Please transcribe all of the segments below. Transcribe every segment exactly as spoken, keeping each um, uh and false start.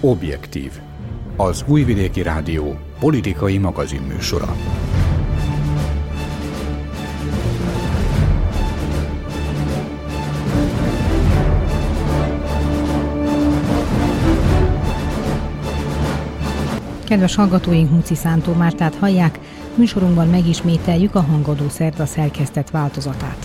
Objektív, az Újvidéki Rádió politikai magazinműsora. Kedves hallgatóink, Muci Szántó Mártát hallják, műsorunkban megismételjük a Hangadó Szerda szerkesztett változatát.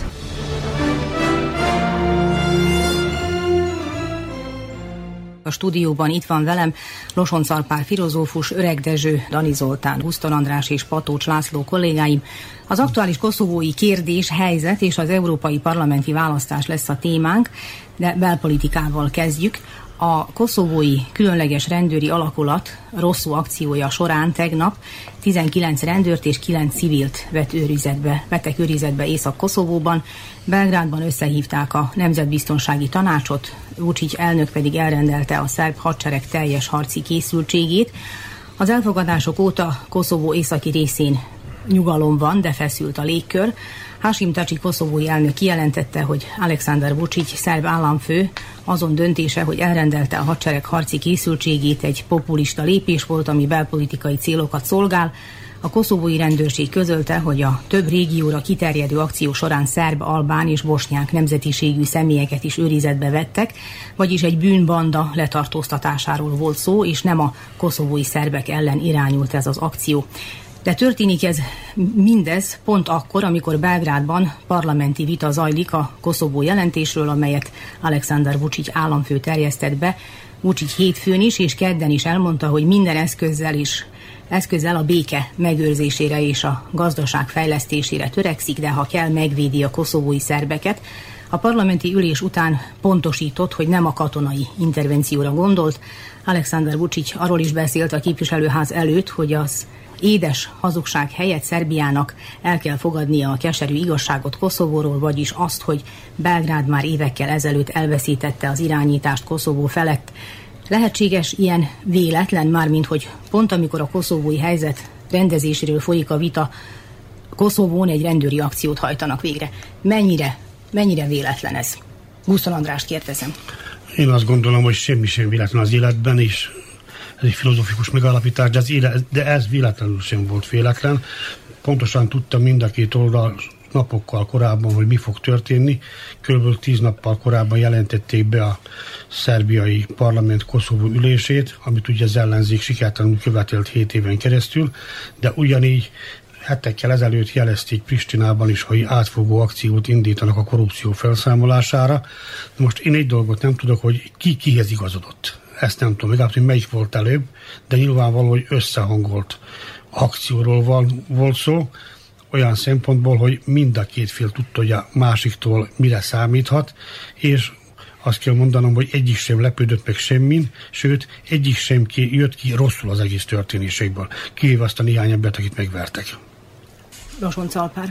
A stúdióban itt van velem Losonc-Alpár filozófus, Öreg Dezső, Dani Zoltán, Huszton András és Patócs László kollégáim. Az aktuális koszovói kérdés, helyzet és az európai parlamenti választás lesz a témánk, de belpolitikával kezdjük. A koszovói különleges rendőri alakulat Rosszú akciója során tegnap tizenkilenc rendőrt és kilenc civilt vett őrizetbe, vettek őrizetbe Észak-Koszovóban. Belgrádban összehívták a Nemzetbiztonsági Tanácsot, Vučić elnök pedig elrendelte a szerb hadsereg teljes harci készültségét. Az elfogadások óta Koszovó északi részén nyugalom van, de feszült a légkör. Hašim Tači koszovói elnök kijelentette, hogy Aleksandar Vučić szerb államfő azon döntése, hogy elrendelte a hadsereg harci készültségét, egy populista lépés volt, ami belpolitikai célokat szolgál. A koszovói rendőrség közölte, hogy a több régióra kiterjedő akció során szerb, albán és bosnyák nemzetiségű személyeket is őrizetbe vettek, vagyis egy bűnbanda letartóztatásáról volt szó, és nem a koszovói szerbek ellen irányult ez az akció. De történik ez mindez pont akkor, amikor Belgrádban parlamenti vita zajlik a Koszovó jelentésről, amelyet Aleksandar Vučić államfő terjesztett be. Vučić hétfőn is és kedden is elmondta, hogy minden eszközzel is eszközzel a béke megőrzésére és a gazdaság fejlesztésére törekszik, de ha kell, megvédi a koszovói szerbeket. A parlamenti ülés után pontosított, hogy nem a katonai intervencióra gondolt. Aleksandar Vučić arról is beszélt a képviselőház előtt, hogy az édes hazugság helyett Szerbiának el kell fogadnia a keserű igazságot Koszovóról, vagyis azt, hogy Belgrád már évekkel ezelőtt elveszítette az irányítást Koszovó felett. Lehetséges ilyen véletlen, mármint hogy pont amikor a koszovói helyzet rendezéséről folyik a vita, Koszovón egy rendőri akciót hajtanak végre. Mennyire, mennyire véletlen ez? Huszton Andrást kérdezem. Én azt gondolom, hogy semmi sem véletlen az életben is. Ez egy filozófikus megállapítás, de ez, éle, de ez véletlenül sem volt véletlen. Pontosan tudta mind a két oldal napokkal korábban, hogy mi fog történni. Körülbelül tíz nappal korábban jelentették be a szerbiai parlament Koszovó ülését, amit ugye az ellenzék sikertelenül követelt hét éven keresztül, de ugyanígy hetekkel ezelőtt jelezték Pristinában is, hogy átfogó akciót indítanak a korrupció felszámolására. Most én egy dolgot nem tudok, hogy ki kihez igazodott. Ezt nem tudom, megállapítani, hogy melyik volt előbb, de nyilvánvaló, hogy összehangolt akcióról van, volt szó, olyan szempontból, hogy mind a két fél tudta, hogy a másiktól mire számíthat, és azt kell mondanom, hogy egyik sem lepődött meg semmin, sőt, egyik sem ki, jött ki rosszul az egész történésekből. Kivéve azt a néhány embert, akit megvertek. Losonc-Alpár.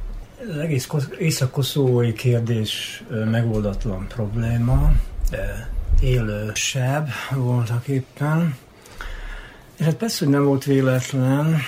Az egész észak-koszovói kérdés megoldatlan probléma, élő seb voltak éppen. És hát persze, hogy nem volt véletlen.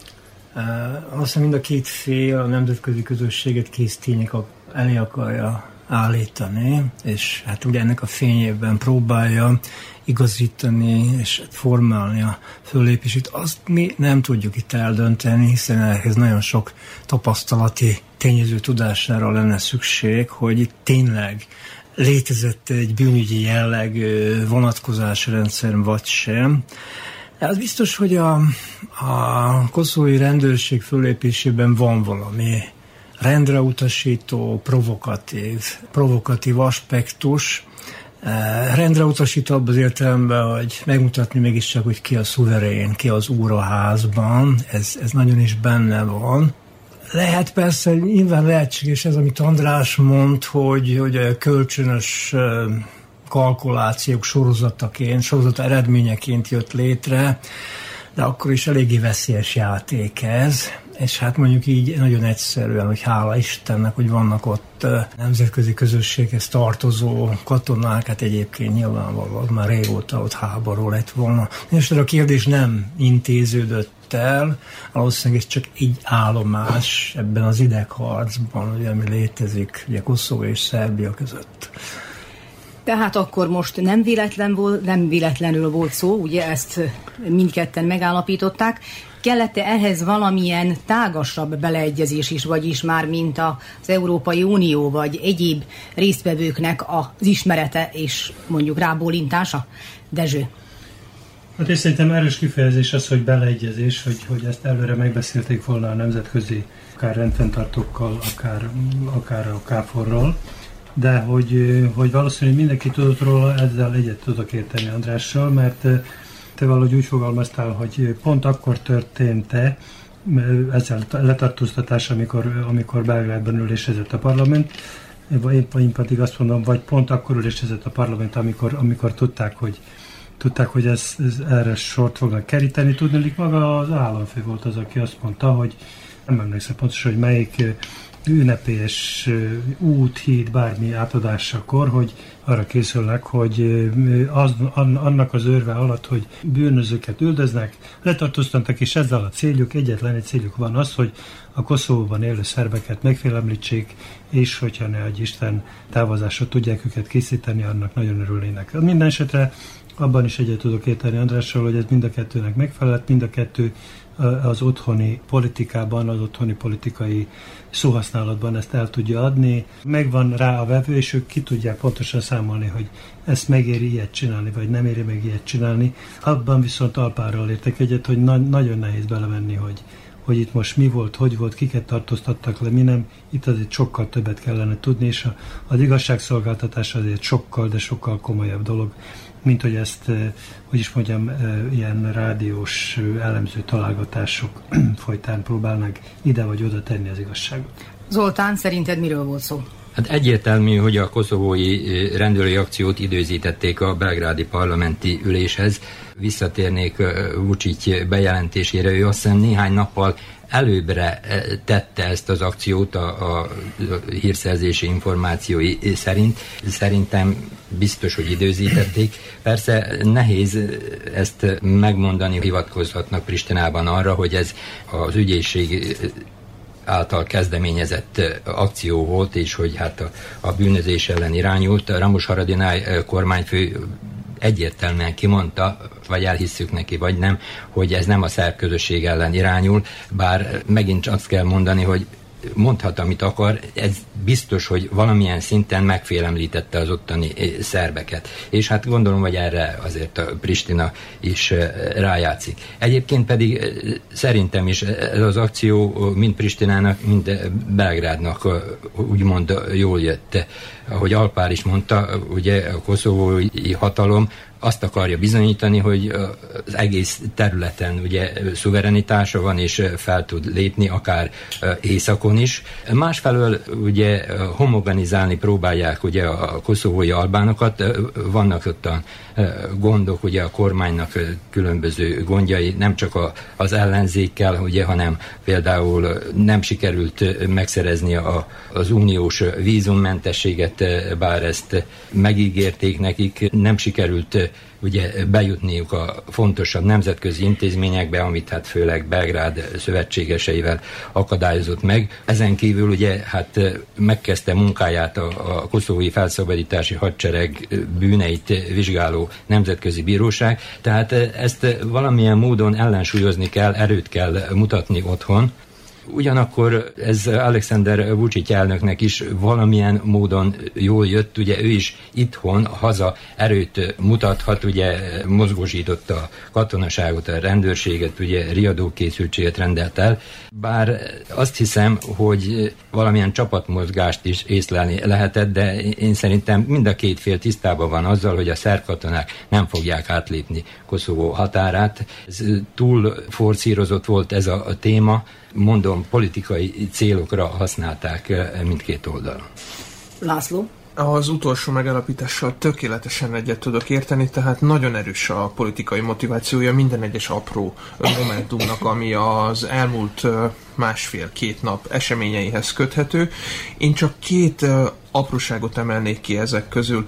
Azt hiszem, mind a két fél a nemzetközi közösséget kész tények elé akarja állítani, és hát ugye ennek a fényében próbálja igazítani és formálni a föllépését. Azt mi nem tudjuk itt eldönteni, hiszen ehhez nagyon sok tapasztalati tényező tudására lenne szükség, hogy itt tényleg létezett egy bűnügyi jelleg vonatkozásrendszer vagy sem. De az biztos, hogy a, a koszovói rendőrség fölépésében van valami rendre utasító, provokatív, provokatív aspektus. Rendre utasító abban az értelemben, hogy megmutatni mégiscsak, hogy ki a szuverén, ki az úr a házban. Ez, ez nagyon is benne van. Lehet persze, nyilván lehetséges ez, amit András mond, hogy, hogy kölcsönös kalkulációk sorozataként, sorozat eredményeként jött létre, de akkor is eléggé veszélyes játék ez, és hát mondjuk így nagyon egyszerűen, hogy hála Istennek, hogy vannak ott nemzetközi közösséghez tartozó katonák, hát egyébként nyilvánvalóan már régóta ott háború lett volna. És a kérdés nem intéződött el, valószínűleg ez csak egy állomás ebben az idegharcban, ugye, ami létezik ugye Koszovó és Szerbia között. Tehát akkor most nem, véletlen volt, nem véletlenül volt szó, ugye ezt mindketten megállapították. Kellett-e ehhez valamilyen tágasabb beleegyezés is, vagyis már mint az Európai Unió, vagy egyéb résztvevőknek az ismerete és mondjuk rábólintása? Dezső? Hát és szerintem erős kifejezés az, hogy beleegyezés, hogy, hogy ezt előre megbeszélték volna a nemzetközi, akár rendfenntartókkal, akár, akár a káforral, de hogy, hogy valószínűleg mindenki tudott róla, ezzel egyet tudok érteni Andrással, mert te valahogy úgy fogalmaztál, hogy pont akkor történt-e ezzel a letartóztatás, amikor, amikor Belgrádban ülésezett a parlament, én, én pedig azt mondom, vagy pont akkor ülésezett a parlament, amikor, amikor tudták, hogy tudták, hogy ez, ez erre sort fognak keríteni. Tudnélik, maga az államfő volt az, aki azt mondta, hogy nem emlékszem pontosan, hogy melyik ünnepélyes út, híd, bármi átadásakor, hogy arra készülnek, hogy az, annak az őrve alatt, hogy bűnözőket üldöznek, letartóztatnak, és ezzel a céljuk, egyetlen egy céljuk van az, hogy a Koszovóban élő szerbeket megfélemlítsék, és hogyha ne adj Isten távozásra tudják őket készíteni, annak nagyon örülnének. Minden esetre abban is egyet tudok érteni Andrással, hogy ez mind a kettőnek megfelelt, mind a kettő az otthoni politikában, az otthoni politikai szóhasználatban ezt el tudja adni. Megvan rá a vevő, és ők ki tudják pontosan számolni, hogy ezt megéri ilyet csinálni, vagy nem éri meg ilyet csinálni. Abban viszont alpárral értek egyet, hogy na- nagyon nehéz belemenni, hogy, hogy itt most mi volt, hogy volt, kiket tartóztattak le, mi nem. Itt azért sokkal többet kellene tudni, és a, az igazságszolgáltatás azért sokkal, de sokkal komolyabb dolog, mint hogy ezt, hogy is mondjam, ilyen rádiós elemző találgatások folytán próbálnak ide vagy oda tenni az igazságot. Zoltán, szerinted miről volt szó? Hát egyértelmű, hogy a koszovói rendőri akciót időzítették a belgrádi parlamenti üléshez. Visszatérnék Vučić bejelentésére, ő azt hiszem néhány nappal előbbre tette ezt az akciót a, a hírszerzési információi szerint. Szerintem biztos, hogy időzítették. Persze nehéz ezt megmondani, hivatkozhatnak Pristinában arra, hogy ez az ügyészség által kezdeményezett akció volt, és hogy hát a, a bűnözés ellen irányult. Ramos Haradinaj kormányfő egyértelműen kimondta, vagy elhisszük neki, vagy nem, hogy ez nem a szerb közösség ellen irányul, bár megint azt kell mondani, hogy mondhat, amit akar, ez biztos, hogy valamilyen szinten megfélemlítette az ottani szerbeket. És hát gondolom, hogy erre azért a Pristina is rájátszik. Egyébként pedig szerintem is ez az akció mind Pristinának, mind Belgrádnak úgymond jól jött. Ahogy Alpár is mondta, ugye a koszovói hatalom azt akarja bizonyítani, hogy az egész területen ugye szuverenitása van, és fel tud lépni, akár északon is. Másfelől ugye homogenizálni próbálják ugye a koszovói albánokat, vannak ott a gondok, ugye a kormánynak különböző gondjai, nem csak a, az ellenzékkel, ugye, hanem például nem sikerült megszerezni a, az uniós vízummentességet, bár ezt megígérték nekik, nem sikerült ugye bejutniuk a fontosabb nemzetközi intézményekbe, amit hát főleg Belgrád szövetségeseivel akadályozott meg. Ezen kívül ugye hát megkezdte munkáját a, a koszovói felszabadítási hadsereg bűneit vizsgáló nemzetközi bíróság, tehát ezt valamilyen módon ellensúlyozni kell, erőt kell mutatni otthon. Ugyanakkor ez Alexander Vučić elnöknek is valamilyen módon jól jött, ugye ő is itthon, haza erőt mutathat, ugye mozgósította a katonaságot, a rendőrséget, ugye riadókészültséget rendelt el, bár azt hiszem, hogy valamilyen csapatmozgást is észlelni lehetett, de én szerintem mind a két fél tisztában van azzal, hogy a szerb katonák nem fogják átlépni Koszovó határát. Ez túl forszírozott volt ez a, a téma, mondom, politikai célokra használták mindkét oldalon. László? Az utolsó megállapítással tökéletesen egyet tudok érteni, tehát nagyon erős a politikai motivációja minden egyes apró momentumnak, ami az elmúlt másfél-két nap eseményeihez köthető. Én csak két apróságot emelnék ki ezek közül.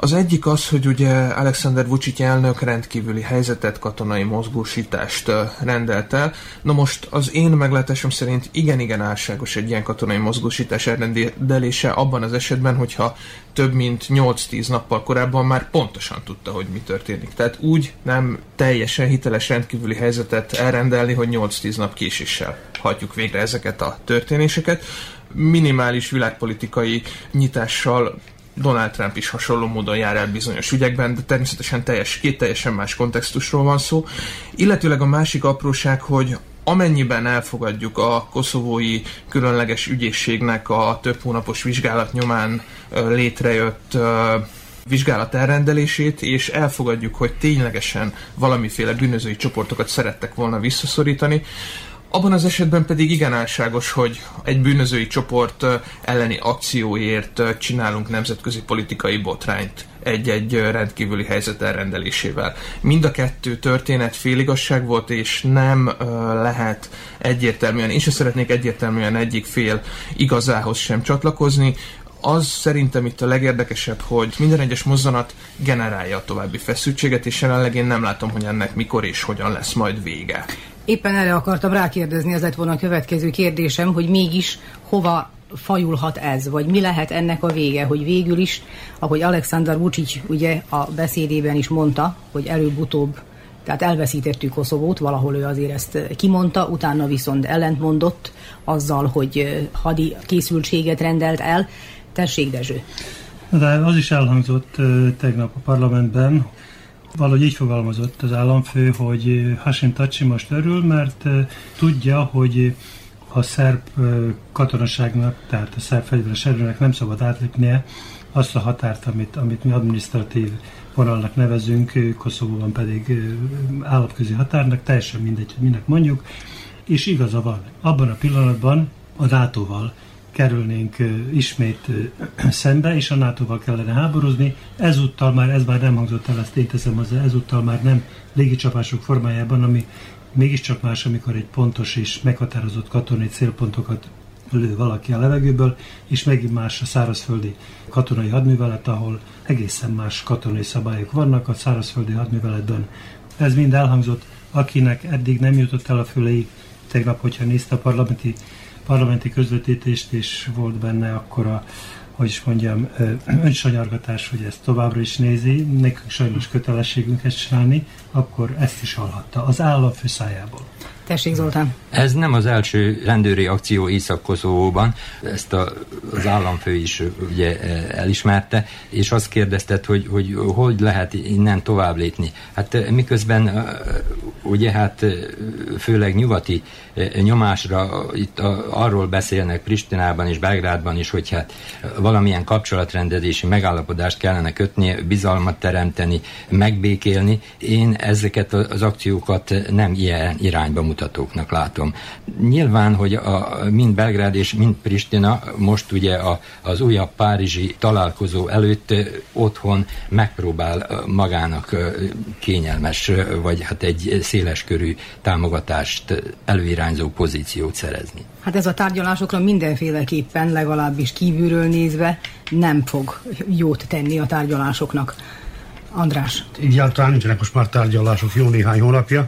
Az egyik az, hogy ugye Alexander Vučić elnök rendkívüli helyzetet, katonai mozgósítást rendelt el. Na most az én meglátásom szerint igen-igen álságos egy ilyen katonai mozgósítás elrendelése abban az esetben, hogyha több mint nyolc-tíz nappal korábban már pontosan tudta, hogy mi történik. Tehát úgy nem teljesen hiteles rendkívüli helyzetet elrendelni, hogy nyolc-tíz nap késéssel hajtjuk végre ezeket a történéseket. Minimális világpolitikai nyitással Donald Trump is hasonló módon jár el bizonyos ügyekben, de természetesen teljes, két teljesen más kontextusról van szó. Illetőleg a másik apróság, hogy amennyiben elfogadjuk a koszovói különleges ügyészségnek a több hónapos vizsgálat nyomán létrejött vizsgálat elrendelését, és elfogadjuk, hogy ténylegesen valamiféle bűnözői csoportokat szerettek volna visszaszorítani, abban az esetben pedig igen álságos, hogy egy bűnözői csoport elleni akcióért csinálunk nemzetközi politikai botrányt egy-egy rendkívüli helyzet elrendelésével. Mind a kettő történet féligasság volt, és nem uh, lehet egyértelműen, én sem szeretnék egyértelműen egyik fél igazához sem csatlakozni. Az szerintem itt a legérdekesebb, hogy minden egyes mozzanat generálja a további feszültséget, és jelenleg én nem látom, hogy ennek mikor és hogyan lesz majd vége. Éppen erre akartam rákérdezni, ez lett volna a következő kérdésem, hogy mégis hova fajulhat ez, vagy mi lehet ennek a vége, hogy végül is, ahogy Alexander Vučić ugye a beszédében is mondta, hogy előbb-utóbb, tehát elveszítettük Koszovót, valahol ő azért ezt kimondta, utána viszont ellentmondott azzal, hogy hadi készültséget rendelt el. Tessék, Dezső! De az is elhangzott tegnap a parlamentben, valahogy így fogalmazott az államfő, hogy Hashim Thaçi most örül, mert tudja, hogy a szerb katonaságnak, tehát a szerb fegyveres erőnek nem szabad átlépnie azt a határt, amit, amit mi adminisztratív vonalnak nevezünk, Koszovóban pedig államközi határnak, teljesen mindegy, hogy minek mondjuk, és igaza van. Abban a pillanatban a nátóval kerülnénk ismét szembe, és a nátóval kellene háborúzni. Ezúttal már, ez már nem hangzott el, ezt én teszem hozzá, ezúttal már nem légicsapások formájában, ami mégiscsak más, amikor egy pontos és meghatározott katonai célpontokat lő valaki a levegőből, és megint más a szárazföldi katonai hadművelet, ahol egészen más katonai szabályok vannak a szárazföldi hadműveletben. Ez mind elhangzott, akinek eddig nem jutott el a füléig, tegnap, hogyha nézte a parlamenti parlamenti közvetítést, és volt benne akkor a, hogy is mondjam, önsanyargatás, hogy ezt továbbra is nézi, nekünk sajnos kötelességünk ezt csinálni, akkor ezt is hallhatta az államfő szájából. Tessék, Zoltán! Ez nem az első rendőri akció Észak-Koszovóban, ezt a, az államfő is ugye elismerte, és azt kérdeztet, hogy, hogy hogy lehet innen tovább lépni. Hát miközben ugye hát főleg nyugati nyomásra itt arról beszélnek Pristinában és Belgrádban is, hogy hát valamilyen kapcsolatrendezési megállapodást kellene kötni, bizalmat teremteni, megbékélni. Én ezeket az akciókat nem ilyen irányba mutatóknak látom. Nyilván, hogy a, mind Belgrád és mind Pristina most ugye a, az újabb párizsi találkozó előtt otthon megpróbál magának kényelmes, vagy hát egy széleskörű támogatást előirányzó pozíciót szerezni. Hát ez a tárgyalásokra mindenféleképpen, legalábbis kívülről nézve nem fog jót tenni a tárgyalásoknak. András? Egyáltalán nincsenek most már tárgyalások jó néhány hónapja,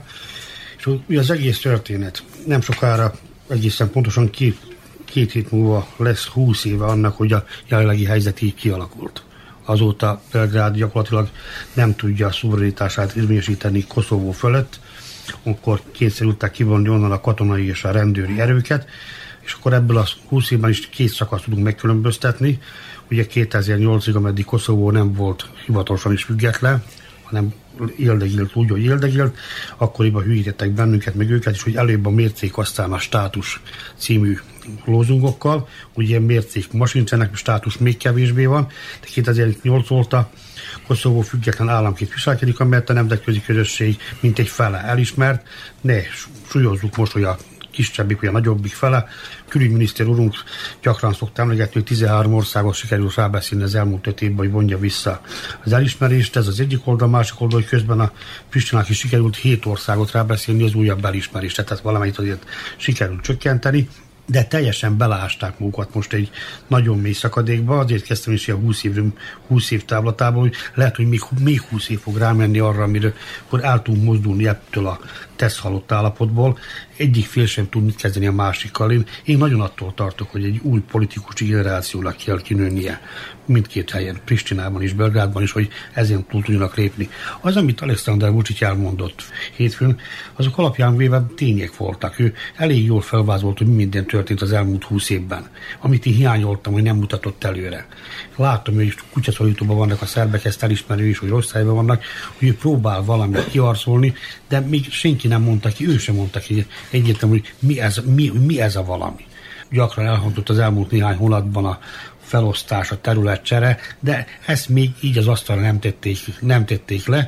és az egész történet nem sokára, egészen pontosan két, két hét múlva lesz húsz éve annak, hogy a jelenlegi helyzet így kialakult. Azóta Belgrád gyakorlatilag nem tudja a szuverenitását érvényesíteni Koszovó fölött, akkor kényszerültek kivonni onnan a katonai és a rendőri erőket, és akkor ebből a húsz évben is két szakaszt tudunk megkülönböztetni. Ugye kétezer-nyolcig, ameddig Koszovó nem volt hivatalosan is független, hanem éldegélt úgy, hogy éldegélt, akkoriban hülyítettek bennünket, meg őket is, hogy előbb a mércék, aztán a státus című lózungokkal. Ugye mércék ma sincsenek, státus még kevésbé van, de kétezer-nyolc óta Koszovó független államként viselkedik, amelyet a nemzetközi közösség mint egy fele elismert. Ne súlyozzuk most, hogy a kisebbik vagy a nagyobbik fele. Külügyminiszter úrunk gyakran szokta emlegetni, hogy tizenhárom országot sikerült rábeszélni az elmúlt öt évben, hogy vonja vissza az elismerést. Ez az egyik oldal, másik oldal, hogy közben a Pristinának is sikerült hét országot rábeszélni az újabb elismerést. Tehát valamelyik azért sikerült csökkenteni. de teljesen beleásták magukat most egy nagyon mély szakadékba, azért kezdtem is a húsz év, húsz év távlatából, hogy lehet, hogy még, még húsz év fog rámenni arra, amire akkor el tudunk mozdulni ettől a tesz halott állapotból. Egyik fél sem tud mit kezdeni a másikkal. Én, én nagyon attól tartok, hogy egy új politikusi generációnak kell kinőnie mindkét helyen, Pristinában és Belgrádban is, hogy ezen túl tudjanak lépni. Az, amit Alexander Vučić elmondott hétfőn, azok alapján véve tények voltak. Ő elég jól felvázolt, hogy minden történt az elmúlt húsz évben, amit én hiányoltam, hogy nem mutatott előre. Látom, hogy kutyaszorítóban vannak a szerbek, ezt elismerő is, hogy rossz helyben vannak, hogy ő próbál valamit kiharcolni, de még senki nem mondta ki, ő sem mondta ki egyértelmű, hogy mi ez, mi, mi ez a valami. Gyakran elhangzott az elmúlt néhány hónapban a felosztás, a területcsere, de ezt még így az asztalra nem tették, nem tették le.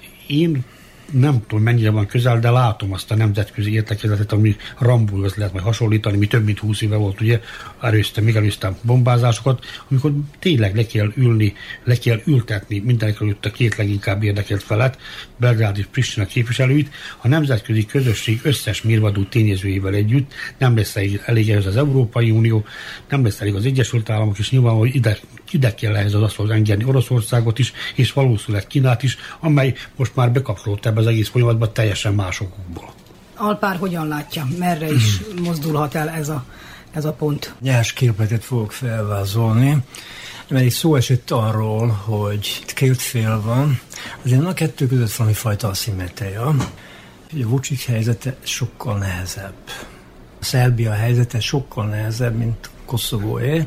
Én nem tudom, mennyire van közel, de látom azt a nemzetközi értekezletet, ami Rambóhoz lehet majd hasonlítani, mi több mint húsz éve volt, ugye, előztem, még előztem bombázásokat, amikor tényleg le kell ülni, le kell ültetni mindenek előtt a két leginkább érdekelt felet, Belgrád és Pristina képviselőit, a nemzetközi közösség összes mérvadó tényezőjével együtt, nem lesz elég ehhez az Európai Unió, nem lesz elég az Egyesült Államok, és nyilván, hogy ide, ide kell ehhez az asztalhoz engedni Oroszországot is, és valószínűleg Kínát is, amely most már bekapcsolódott ebbe az egész folyamatban teljesen más okokból. Alpár hogyan látja, merre is mozdulhat el ez a, ez a pont? Nyers képletet fogok felvázolni, mert itt szó esett arról, hogy két fél van, azért a kettő között valami fajta aszimetria. A Vučić helyzete sokkal nehezebb. A Szerbia helyzete sokkal nehezebb, mint Koszovóé.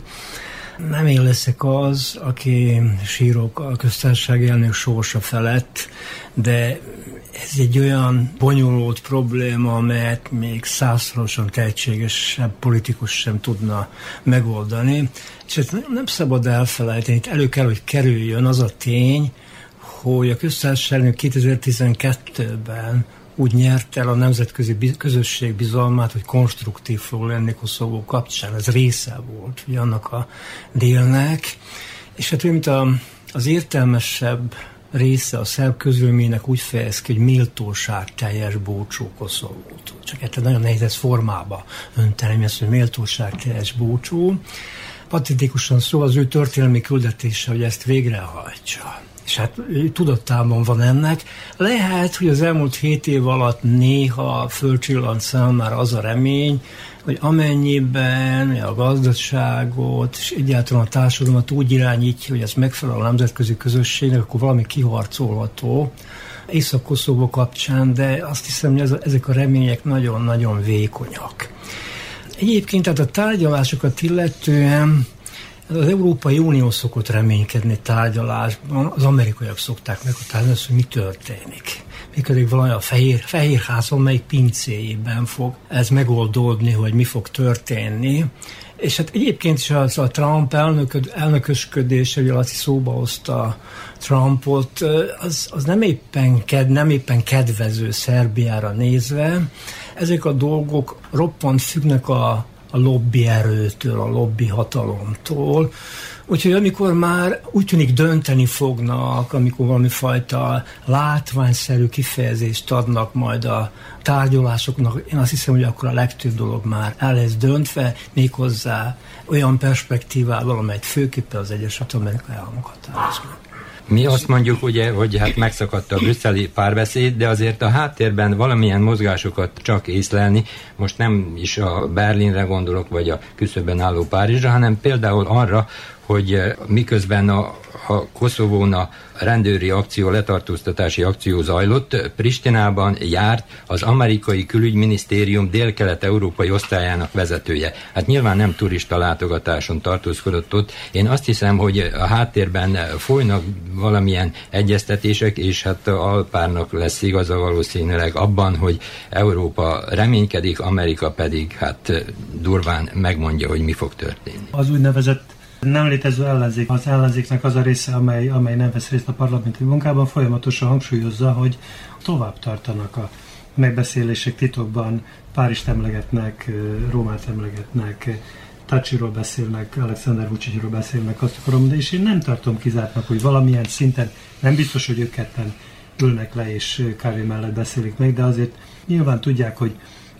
Nem én leszek az, aki sírok a köztársasági elnök sorsa felett, de ez egy olyan bonyolult probléma, amelyet még százszorosan tehetségesebb politikus sem tudna megoldani. És ezt nem szabad elfelejteni, itt elő kell, hogy kerüljön az a tény, hogy a köztársasági elnök kétezer-tizenkettőben úgy nyert el a nemzetközi közösség bizalmát, hogy konstruktív fog lenni Koszovó kapcsán. Ez része volt ugye, annak a délnek. És hát mint a, az értelmesebb része a szerb közvéleménynek úgy fejez ki, hogy méltóság teljes búcsú Koszovótól. Csak hát nagyon nehéz formába önteni, ezt, hogy méltóság teljes búcsú. Patetikusan szó az ő történelmi küldetése, hogy ezt végrehajtsa. És hát ő tudatában van ennek. Lehet, hogy az elmúlt hét év alatt néha fölcsillant számára az a remény, hogy amennyiben a gazdaságot és egyáltalán a társadalmat úgy irányítja, hogy ez megfelel a nemzetközi közösségnek, akkor valami kiharcolható Észak-Koszovó kapcsán, de azt hiszem, hogy ez, ezek a remények nagyon-nagyon vékonyak. Egyébként tehát a tárgyalásokat illetően az Európai Unió szokott reménykedni tárgyalásban, az amerikaiak szokták meghatározni azt, hogy mi történik. Mikor valami a fehér, Fehérházon, melyik pincéjében fog ez megoldódni, hogy mi fog történni. És hát egyébként is az a Trump elnököd, elnökösködése, hogy Laci szóba hozta Trumpot, az, az nem, éppen ked, nem éppen kedvező Szerbiára nézve. Ezek a dolgok roppant függnek a a lobby erőtől, a lobby hatalomtól. Úgyhogy amikor már úgy tűnik dönteni fognak, amikor valami fajta látványszerű kifejezést adnak majd a tárgyalásoknak, én azt hiszem, hogy akkor a legtöbb dolog már el lesz döntve, méghozzá olyan perspektívával, amelyet főképpen az Egyesült Amerikai Államok határoznak. Mi azt mondjuk ugye, hogy hát megszakadt a brüsszeli párbeszéd, de azért a háttérben valamilyen mozgásokat csak észlelni, most nem is a Berlinre gondolok, vagy a küszöbben álló Párizsra, hanem például arra, hogy miközben a, a Koszovón a rendőri akció, letartóztatási akció zajlott, Pristinában járt az amerikai külügyminisztérium délkelet-európai osztályának vezetője. Hát nyilván nem turista látogatáson tartózkodott ott. Én azt hiszem, hogy a háttérben folynak valamilyen egyeztetések, és hát Alpárnak lesz igaza valószínűleg abban, hogy Európa reménykedik, Amerika pedig hát durván megmondja, hogy mi fog történni. Az úgynevezett nem létező ellenzék, az ellenzéknek az a része, amely, amely nem vesz részt a parlamenti munkában, folyamatosan hangsúlyozza, hogy tovább tartanak a megbeszélések titokban, Párizst emlegetnek, Rómát emlegetnek, Tacsiról beszélnek, Alexander Vučićról beszélnek, azt akarom, de és én nem tartom kizártnak, hogy valamilyen szinten, nem biztos, hogy ők ketten ülnek le és kávé mellett beszélik meg, de azért nyilván tudják, hogy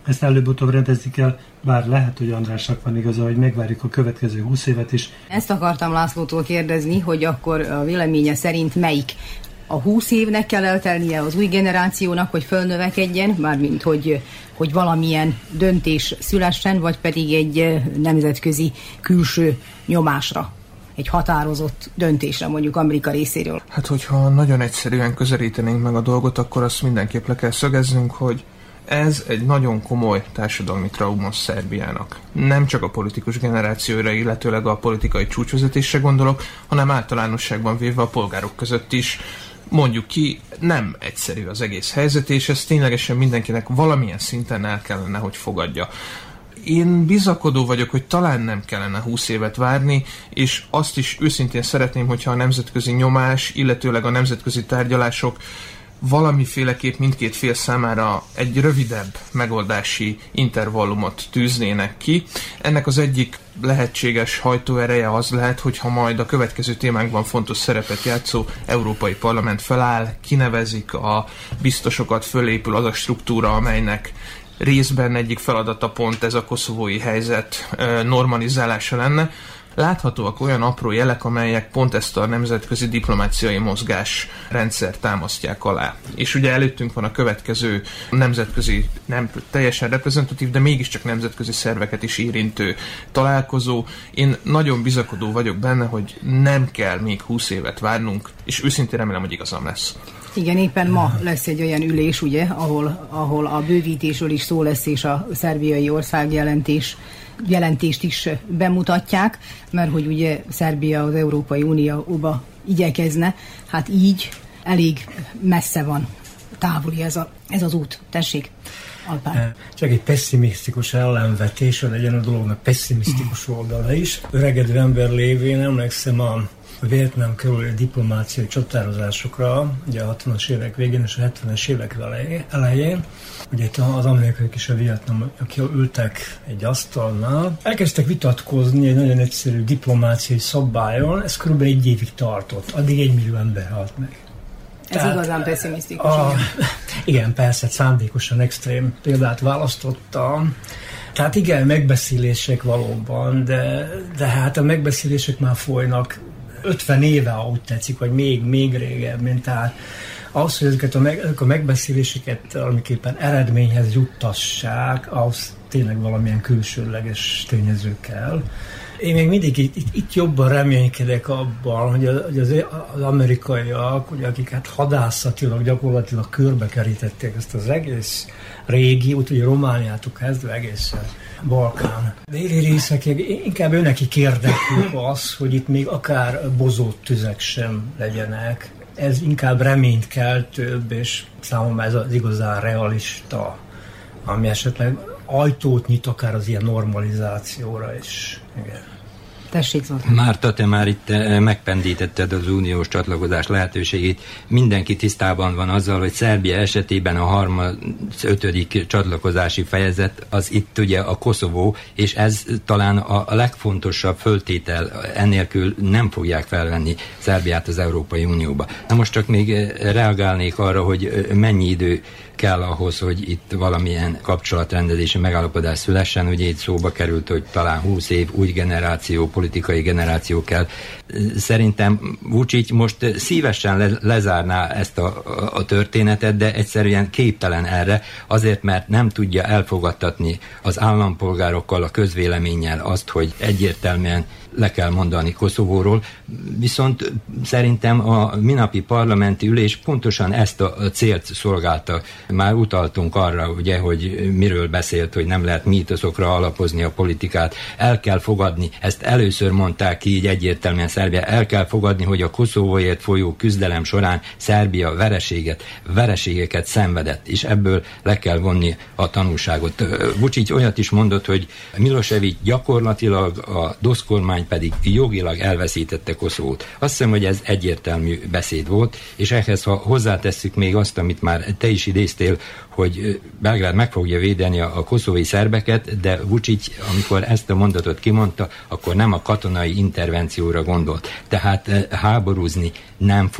ezt előbb-utóbb rendezni kell, bár lehet, hogy Andrásnak van igaza, hogy megvárjuk a következő húsz évet is. Ezt akartam Lászlótól kérdezni, hogy akkor a véleménye szerint melyik? A húsz évnek kell eltelnie az új generációnak, hogy fölnövekedjen, mármint hogy, hogy valamilyen döntés szülessen, vagy pedig egy nemzetközi külső nyomásra, egy határozott döntésre mondjuk Amerika részéről. Hát, hogyha nagyon egyszerűen közelítenénk meg a dolgot, akkor azt mindenképp le kell szögeznünk, hogy ez egy nagyon komoly társadalmi trauma Szerbiának. Nem csak a politikus generációra, illetőleg a politikai csúcsvezetésre gondolok, hanem általánosságban véve a polgárok között is. Mondjuk ki, nem egyszerű az egész helyzet, és ez ténylegesen mindenkinek valamilyen szinten el kellene, hogy fogadja. Én bizakodó vagyok, hogy talán nem kellene húsz évet várni, és azt is őszintén szeretném, hogyha a nemzetközi nyomás, illetőleg a nemzetközi tárgyalások valamiféleképp mindkét fél számára egy rövidebb megoldási intervallumot tűznének ki. Ennek az egyik lehetséges hajtóereje az lehet, hogyha majd a következő témánkban fontos szerepet játszó Európai Parlament feláll, kinevezik a biztosokat, fölépül az a struktúra, amelynek részben egyik feladata pont ez a koszovói helyzet normalizálása lenne. Láthatóak olyan apró jelek, amelyek pont ezt a nemzetközi diplomáciai mozgás rendszer támasztják alá. És ugye előttünk van a következő nemzetközi, nem teljesen reprezentatív, de mégiscsak nemzetközi szerveket is érintő találkozó. Én nagyon bizakodó vagyok benne, hogy nem kell még húsz évet várnunk, és őszintén remélem, hogy igazam lesz. Igen, éppen ma lesz egy olyan ülés, ugye, ahol, ahol a bővítésről is szó lesz, és a szerbiai országjelentés jelentést is bemutatják, mert hogy ugye Szerbia az Európai Unióba igyekezne, hát így elég messze van, távoli ez, a, ez az út. Tessék, Alpár. Csak egy pessimisztikus ellenvetés, hogy legyen a dolognak pessimisztikus oldala is. Öregedő ember lévén emlékszem a a Vietnám körüli diplomáciai csatározásokra, ugye a hatvanas évek végén és a hetvenes évek elején, ugye itt az amerikaiak és a vietnámiak ültek egy asztalnál, elkezdtek vitatkozni egy nagyon egyszerű diplomáciai szabályon, ez kb. egy évig tartott, addig egy millió ember halt meg. Ez Tehát, igazán pessimisztikus. A, igen, persze, szándékosan extrém példát választottam. Tehát igen, megbeszélések valóban, de, de hát a megbeszélések már folynak ötven éve, ahogy tetszik, vagy még, még régebben. Tehát ahhoz, hogy ezeket a, meg, ezek a megbeszéléseket valamiképpen eredményhez juttassák, ahhoz tényleg valamilyen külsőleges tényező kell. Én még mindig itt, itt, itt jobban reménykedek abban, hogy az, az, az amerikaiak, ugye, akik hát hadászatilag gyakorlatilag körbekerítették ezt az egész régi, úgyhogy Romániától kezdve egészen Balkán déli részek, inkább őnekik érdekük az, hogy itt még akár bozót tüzek sem legyenek. Ez inkább reményt keltőbb, és számomra ez az igazán realista, ami esetleg ajtót nyit akár az ilyen normalizációra is. Igen. Tessék, Zoltán. Márta, te már itt megpendítetted az uniós csatlakozás lehetőségét. Mindenki tisztában van azzal, hogy Szerbia esetében a harmincötödik csatlakozási fejezet az itt ugye a Koszovó, és ez talán a legfontosabb föltétel, ennélkül nem fogják felvenni Szerbiát az Európai Unióba. Na most csak még reagálnék arra, hogy mennyi idő kell ahhoz, hogy itt valamilyen kapcsolatrendezési megállapodás szülessen. Ugye itt szóba került, hogy talán húsz év, új generáció, politikai generáció kell. Szerintem Vučić most szívesen le- lezárná ezt a, a történetet, de egyszerűen képtelen erre, azért, mert nem tudja elfogadtatni az állampolgárokkal, a közvéleménnyel azt, hogy egyértelműen le kell mondani Koszovóról, viszont szerintem a minapi parlamenti ülés pontosan ezt a célt szolgálta. Már utaltunk arra, ugye, hogy miről beszélt, hogy nem lehet mítoszokra alapozni a politikát. El kell fogadni, ezt először mondták ki így egyértelműen Szerbia, el kell fogadni, hogy a Koszovóért folyó küzdelem során Szerbia vereséget, vereségeket szenvedett, és ebből le kell vonni a tanulságot. Vučić olyat is mondott, hogy Milošević gyakorlatilag, a DOSZ kormány pedig jogilag elveszítette Koszovót. Azt hiszem, hogy ez egyértelmű beszéd volt, és ehhez, ha hozzátesszük még azt, amit már te is idéztél, hogy Belgrád meg fogja védeni a, a koszovói szerbeket, de Vučić, amikor ezt a mondatot kimondta, akkor nem a katonai intervencióra gondolt. Tehát háborúzni nem fog.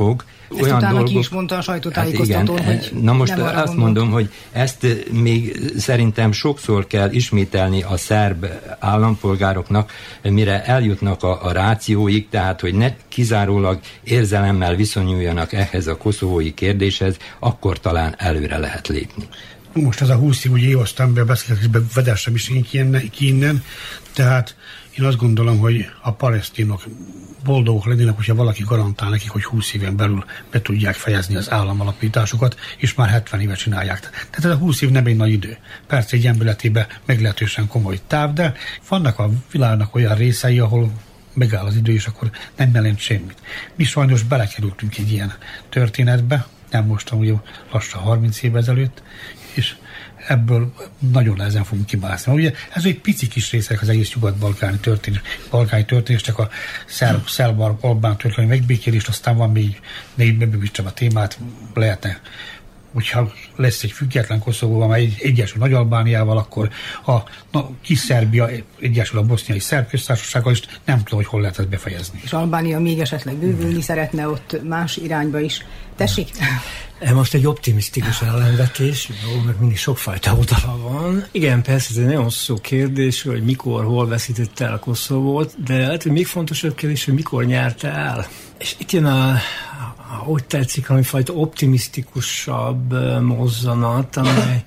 Ezt olyan utána dolgok, ki is mondta a sajtótájékoztatón, hát hogy na most azt gondolt. mondom, hogy ezt még szerintem sokszor kell ismételni a szerb állampolgároknak, mire eljutnak a, a rációig, tehát hogy ne kizárólag érzelemmel viszonyuljanak ehhez a koszovói kérdéshez, akkor talán előre lehet lépni. Most ez a húsz év, ugye évasztán be beszélgetésben vedessem is ki innen, tehát én azt gondolom, hogy a palesztinok boldogok lennének, hogyha valaki garantál nekik, hogy húsz éven belül be tudják fejezni az államalapításukat, és már hetven éve csinálják. Tehát ez a húsz év nem egy nagy idő. Persze egy emberletében meglehetősen komoly táv, de vannak a világnak olyan részei, ahol megáll az idő, és akkor nem jelent semmit. Mi sajnos belekerültünk egy ilyen történetbe, nem mostan, ugye lassan harminc év ezelőtt, és ebből nagyon nehezen fogunk kimászni. Ugye ez egy pici kis részek az egész nyugat-balkáni történés, balkáni történés, csak a szerb, szerb albán történelmi megbékélést, aztán van még négy bebővítsem a témát, lehetne, hogyha lesz egy független Koszovóval, amely egy, egyesül Nagy-Albániával, akkor a na, kis Szerbia egyesül a boszniai szerb köztársasággal, és nem tudom, hogy hol lehet ezt befejezni. És Albánia még esetleg bővülni szeretne ott más irányba is. Tessék? Most egy optimisztikus ellenvetés, jó, meg mindig sokfajta oldala van. Igen, persze ez egy nagyon hosszú kérdés, hogy mikor, hol veszítette el a Koszovót, de lehet, hogy még fontosabb kérdés, hogy mikor nyerte el. És itt jön a, ahogy tetszik, valamifajta optimisztikusabb mozzanat, amely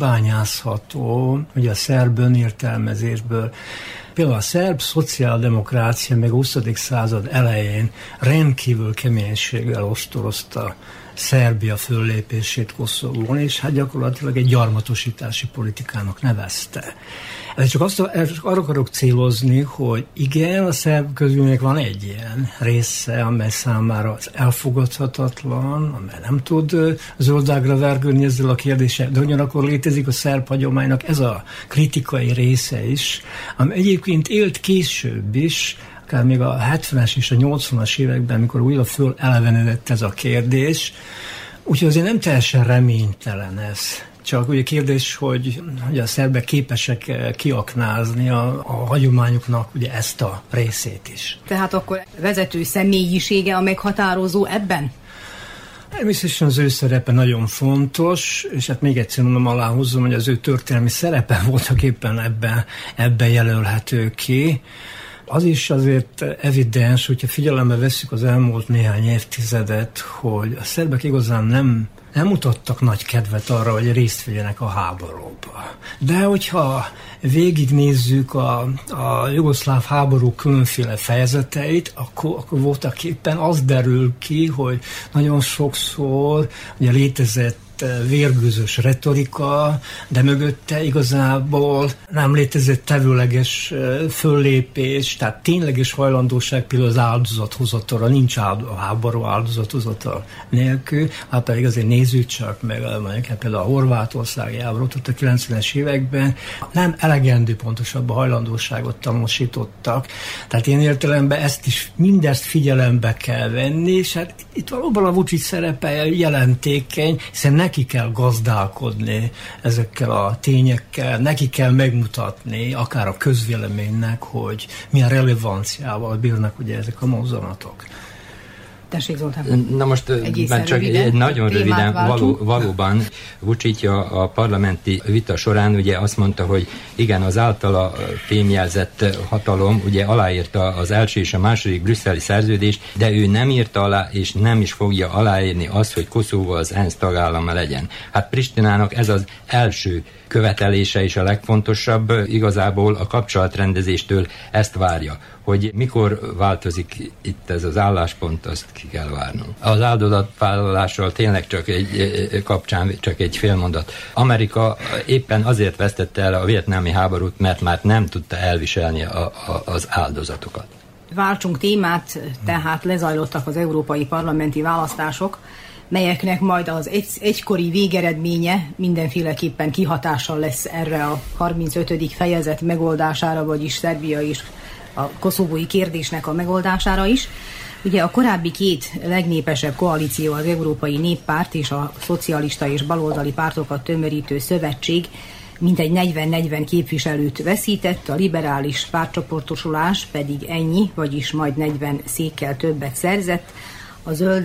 kibányázható, hogy a szerb önértelmezésből. Például a szerb szociáldemokrácia még a huszadik század elején rendkívül keménységgel ostorozta Szerbia föllépését Koszovón, és hát gyakorlatilag egy gyarmatosítási politikának nevezte. Ez csak azt, arra akarok célozni, hogy igen, a szerb közülnek van egy ilyen része, amely számára elfogadhatatlan, amely nem tud zöldágra vergődni ezzel a kérdéssel, de ugyanakkor létezik a szerb hagyománynak ez a kritikai része is, ami egyébként élt később is, akár még a hetvenes és a nyolcvanas években, amikor újra föl elevenedett ez a kérdés. Úgyhogy azért nem teljesen reménytelen ez. Csak ugye kérdés, hogy, hogy a szerbek képesek kiaknázni a, a hagyományoknak ugye ezt a részét is. Tehát akkor vezető személyisége a meghatározó ebben? Természetesen az ő szerepe nagyon fontos, és hát még egyszer mondom, aláhúzom, hogy az ő történelmi szerepe voltak éppen ebben, ebben jelölhető ki. Az is azért evidens, hogyha figyelembe vesszük az elmúlt néhány évtizedet, hogy a szerbek igazán nem, nem mutattak nagy kedvet arra, hogy részt vegyenek a háborúba. De hogyha végignézzük a, a jugoszláv háború különféle fejezeteit, akkor, akkor voltak éppen az derül ki, hogy nagyon sokszor ugye létezett vérgőzös retorika, de mögötte igazából nem létezett tevőleges föllépés, tehát tényleges hajlandóság például az áldozathozatalra, nincs áld, a háború áldozathozatal nélkül, hát pedig azért nézzük csak meg, mondjuk például a horvátországi háborút ott a kilencvenes években, nem elegendő pontosabban hajlandóságot tanúsítottak, tehát én értelemben ezt is, mindezt figyelembe kell venni, és hát itt valóban a Vučić szerepe jelentékeny, hiszen neki kell gazdálkodni ezekkel a tényekkel, neki kell megmutatni, akár a közvéleménynek, hogy milyen relevanciával bírnak ugye ezek a mozzanatok. Tessék, Zoltán. Na most már csak röviden, egy nagyon röviden, való, valóban Vučić a, a parlamenti vita során ugye azt mondta, hogy igen, az általa fémjelzett hatalom ugye aláírta az első és a második brüsszeli szerződést, de ő nem írta alá, és nem is fogja aláírni azt, hogy Koszovó az ENSZ tagállama legyen. Hát Pristinának ez az első követelése és a legfontosabb, igazából a kapcsolatrendezéstől ezt várja. Hogy mikor változik itt ez az álláspont, azt ki kell várnunk. Az áldozatvállalással tényleg csak egy kapcsán csak egy fél mondat. Amerika éppen azért vesztette el a vietnámi háborút, mert már nem tudta elviselni a, a, az áldozatokat. Váltsunk témát, tehát lezajlottak az európai parlamenti választások, melyeknek majd az egy, egykori végeredménye mindenféleképpen kihatással lesz erre a harmincötödik fejezet megoldására, vagyis Szerbia és a koszovói kérdésnek a megoldására is. Ugye a korábbi két legnépesebb koalíció, az Európai Néppárt és a szocialista és baloldali pártokat tömörítő szövetség mintegy negyven-negyven képviselőt veszített, a liberális pártcsoportosulás pedig ennyi, vagyis majd negyven székkel többet szerzett. A zöldek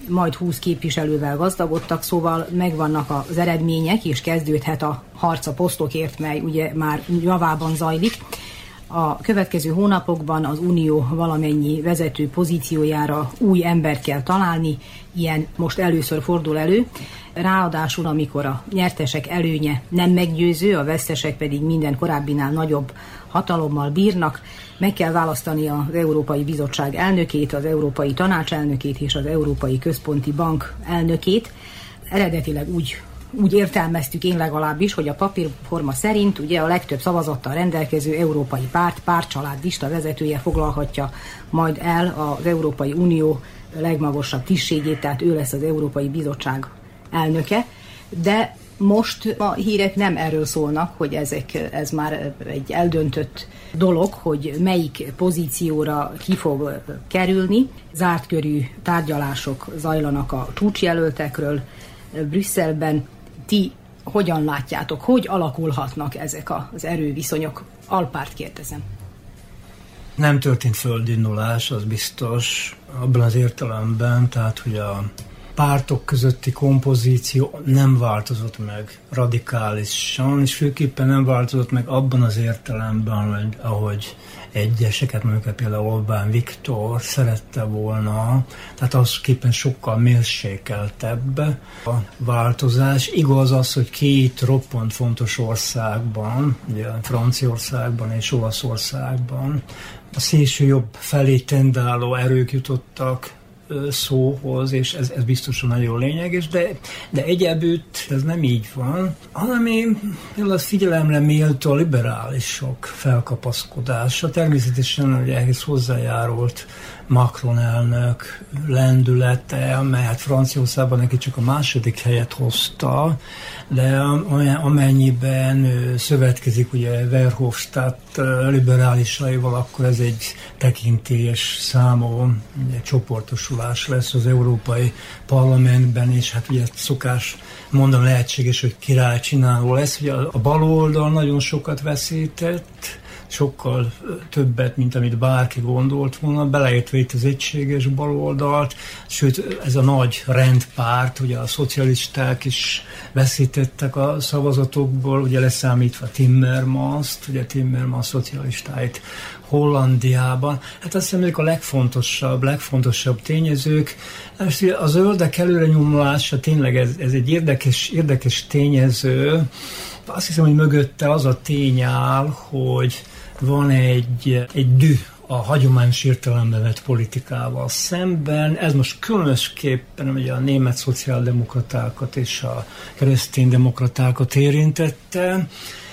majd húsz képviselővel gazdagodtak, szóval megvannak az eredmények, és kezdődhet a harc a posztokért, mely ugye már javában zajlik. A következő hónapokban az Unió valamennyi vezető pozíciójára új embert kell találni, ilyen most először fordul elő. Ráadásul, amikor a nyertesek előnye nem meggyőző, a vesztesek pedig minden korábbinál nagyobb hatalommal bírnak, meg kell választani az Európai Bizottság elnökét, az Európai Tanács elnökét és az Európai Központi Bank elnökét. Eredetileg úgy Úgy értelmeztük én legalábbis, hogy a papírforma szerint ugye a legtöbb szavazattal rendelkező európai párt, pártcsalád lista vezetője foglalhatja majd el az Európai Unió legmagasabb tisztségét, tehát ő lesz az Európai Bizottság elnöke, de most a hírek nem erről szólnak, hogy ezek, ez már egy eldöntött dolog, hogy melyik pozícióra ki fog kerülni. Zárt körű tárgyalások zajlanak a csúcsjelöltekről Brüsszelben. Ti hogyan látjátok, hogy alakulhatnak ezek az erőviszonyok? Alpárt kérdezem. Nem történt földindulás, az biztos, abban az értelemben, tehát hogy a pártok közötti kompozíció nem változott meg radikálisan, és főképpen nem változott meg abban az értelemben, hogy ahogy egyeseket, mondjuk például Orbán Viktor szerette volna, tehát az képpen sokkal mérsékeltebb a változás. Igaz az, hogy két roppant fontos országban, ugye Franciaországban és Olaszországban a szélső jobb felé tendáló erők jutottak szóhoz, és ez, ez biztosan nagyon lényeges, de, de egyebütt ez nem így van, hanem én például figyelemre méltó a liberálisok felkapaszkodása. Természetesen ugye ehhez hozzájárult Macron elnök lendülete, amelyet Franciaországban neki csak a második helyet hozta, de amennyiben szövetkezik ugye Verhofstadt liberálisaival, akkor ez egy tekintélyes számú egy csoportosulás lesz az Európai Parlamentben, és hát ugye szokás mondani, lehetséges, hogy királycsináló lesz. Ugye a baloldal nagyon sokat veszített, sokkal többet, mint amit bárki gondolt volna, beleértve itt az egységes baloldalt, sőt ez a nagy rendpárt, ugye a szocialisták is veszítettek a szavazatokból, ugye leszámítva Timmermanst, ugye Timmermans szocialistáit Hollandiában. Hát azt hiszem, ezek a legfontosabb, legfontosabb tényezők. A zöldek előre nyomulása tényleg ez, ez egy érdekes, érdekes tényező. Azt hiszem, hogy mögötte az a tény áll, hogy van egy, egy düh a hagyományos értelembe vett politikával szemben. Ez most különösképpen ugye a német szociáldemokratákat és a kereszténydemokratákat érintette,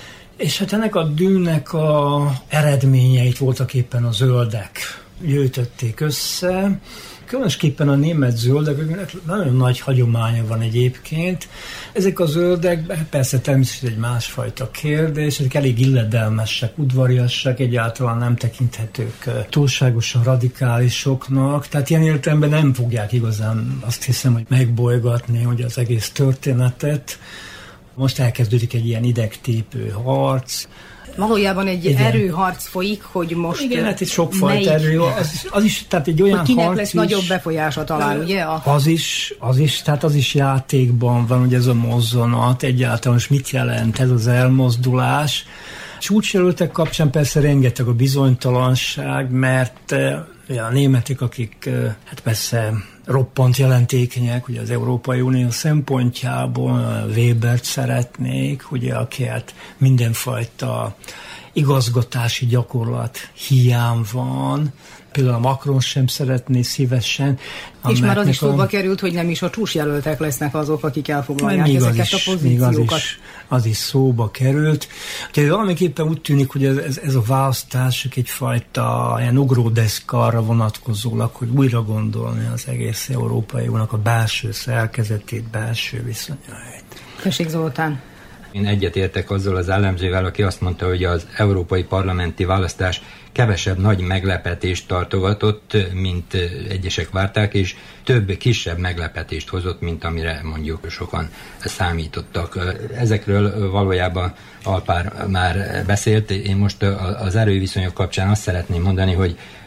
és hát ennek a dühnek a eredményeit voltak éppen a zöldek gyűjtötték össze. Különösképpen a német zöldek, nagyon nagy hagyománya van egyébként. Ezek a zöldek, persze természetesen egy másfajta kérdés, ezek elég illedelmesek, udvariassak, egyáltalán nem tekinthetők túlságosan radikálisoknak, tehát ilyen értelemben nem fogják igazán, azt hiszem, hogy megbolygatni hogy az egész történetet. Most elkezdődik egy ilyen idegtépő harc. Valójában egy igen. erőharc folyik, hogy most igen, hát itt sokfajta erő, az is, az is, tehát egy olyan hogy kinek harc lesz is, nagyobb befolyása talán, ugye? A... Az is, az is, tehát az is játékban van, ugye ez a mozzanat, egyáltalán most mit jelent ez az elmozdulás. Csúcsjelöltek kapcsán persze rengeteg a bizonytalanság, mert a németek, akik hát persze roppant jelentékenyek, ugye az Európai Unió szempontjából Webert szeretnék, ugye aki hát mindenfajta igazgatási gyakorlat hiány van, például a Macron sem szeretné szívesen. És már az is szóba a... került, hogy nem is a csúcsjelöltek lesznek azok, akik elfoglalják ezeket is, a pozíciókat. Az is, az is szóba került. Úgyhogy valamiképpen úgy tűnik, hogy ez, ez, ez a választások egyfajta ilyen ugródeszka arra vonatkozólag, hogy újra gondolni az egész Európai Uniónak a belső szerkezetét, belső viszonyait. Tessék, Zoltán. Én egyetértek azzal az elemzővel, aki azt mondta, hogy az európai parlamenti választás kevesebb nagy meglepetést tartogatott, mint egyesek várták, és több kisebb meglepetést hozott, mint amire mondjuk sokan számítottak. Ezekről valójában Alpár már beszélt. Én most az erőviszonyok kapcsán azt szeretném mondani, hogy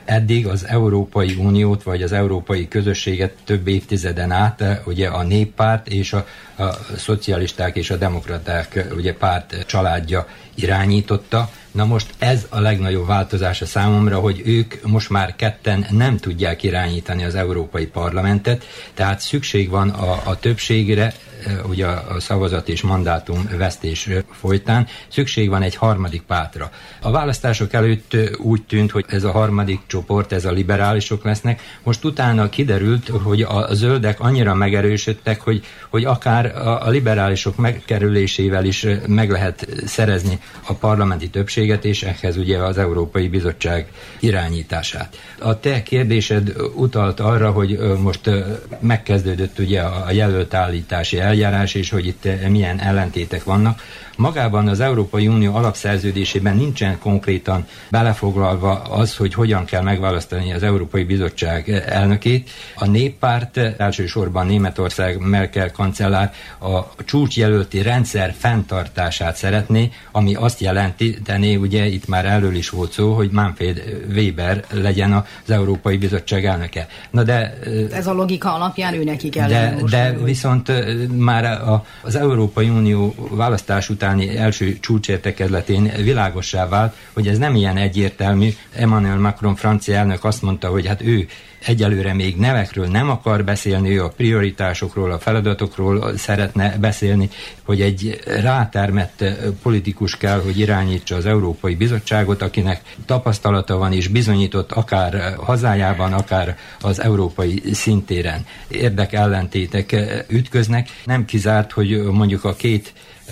eddig az Európai Uniót, vagy az európai közösséget több évtizeden át ugye a néppárt és a, a szocialisták és a demokraták ugye párt családja irányította. Na most ez a legnagyobb változás a számomra, hogy ők most már ketten nem tudják irányítani az Európai Parlamentet, tehát szükség van a, a többségre, ugye a szavazat és mandátum vesztés folytán, szükség van egy harmadik pártra. A választások előtt úgy tűnt, hogy ez a harmadik csoport, ez a liberálisok lesznek, most utána kiderült, hogy a zöldek annyira megerősödtek, hogy, hogy akár a liberálisok megkerülésével is meg lehet szerezni a parlamenti többséget, és ehhez ugye az Európai Bizottság irányítását. A te kérdésed utalt arra, hogy most megkezdődött ugye a jelöltállítási eljárás, és hogy itt milyen ellentétek vannak. Magában az Európai Unió alapszerződésében nincsen konkrétan belefoglalva az, hogy hogyan kell megválasztani az Európai Bizottság elnökét. A néppárt, elsősorban Németország Merkel kancellár a csúcsjelölti rendszer fenntartását szeretné, ami azt jelenti, de ugye itt már erről is volt szó, hogy Manfred Weber legyen az Európai Bizottság elnöke. Na de, ez a logika alapján ő neki kell. De, de viszont már a, az Európai Unió választás utáni első csúcsértekezletén világossá vált, hogy ez nem ilyen egyértelmű. Emmanuel Macron francia elnök azt mondta, hogy hát ő egyelőre még nevekről nem akar beszélni, ő a prioritásokról, a feladatokról szeretne beszélni, hogy egy rátermett politikus kell, hogy irányítsa az Európai Bizottságot, akinek tapasztalata van és bizonyított akár hazájában, akár az európai szintéren. Érdekellentétek ütköznek. Nem kizárt, hogy mondjuk a két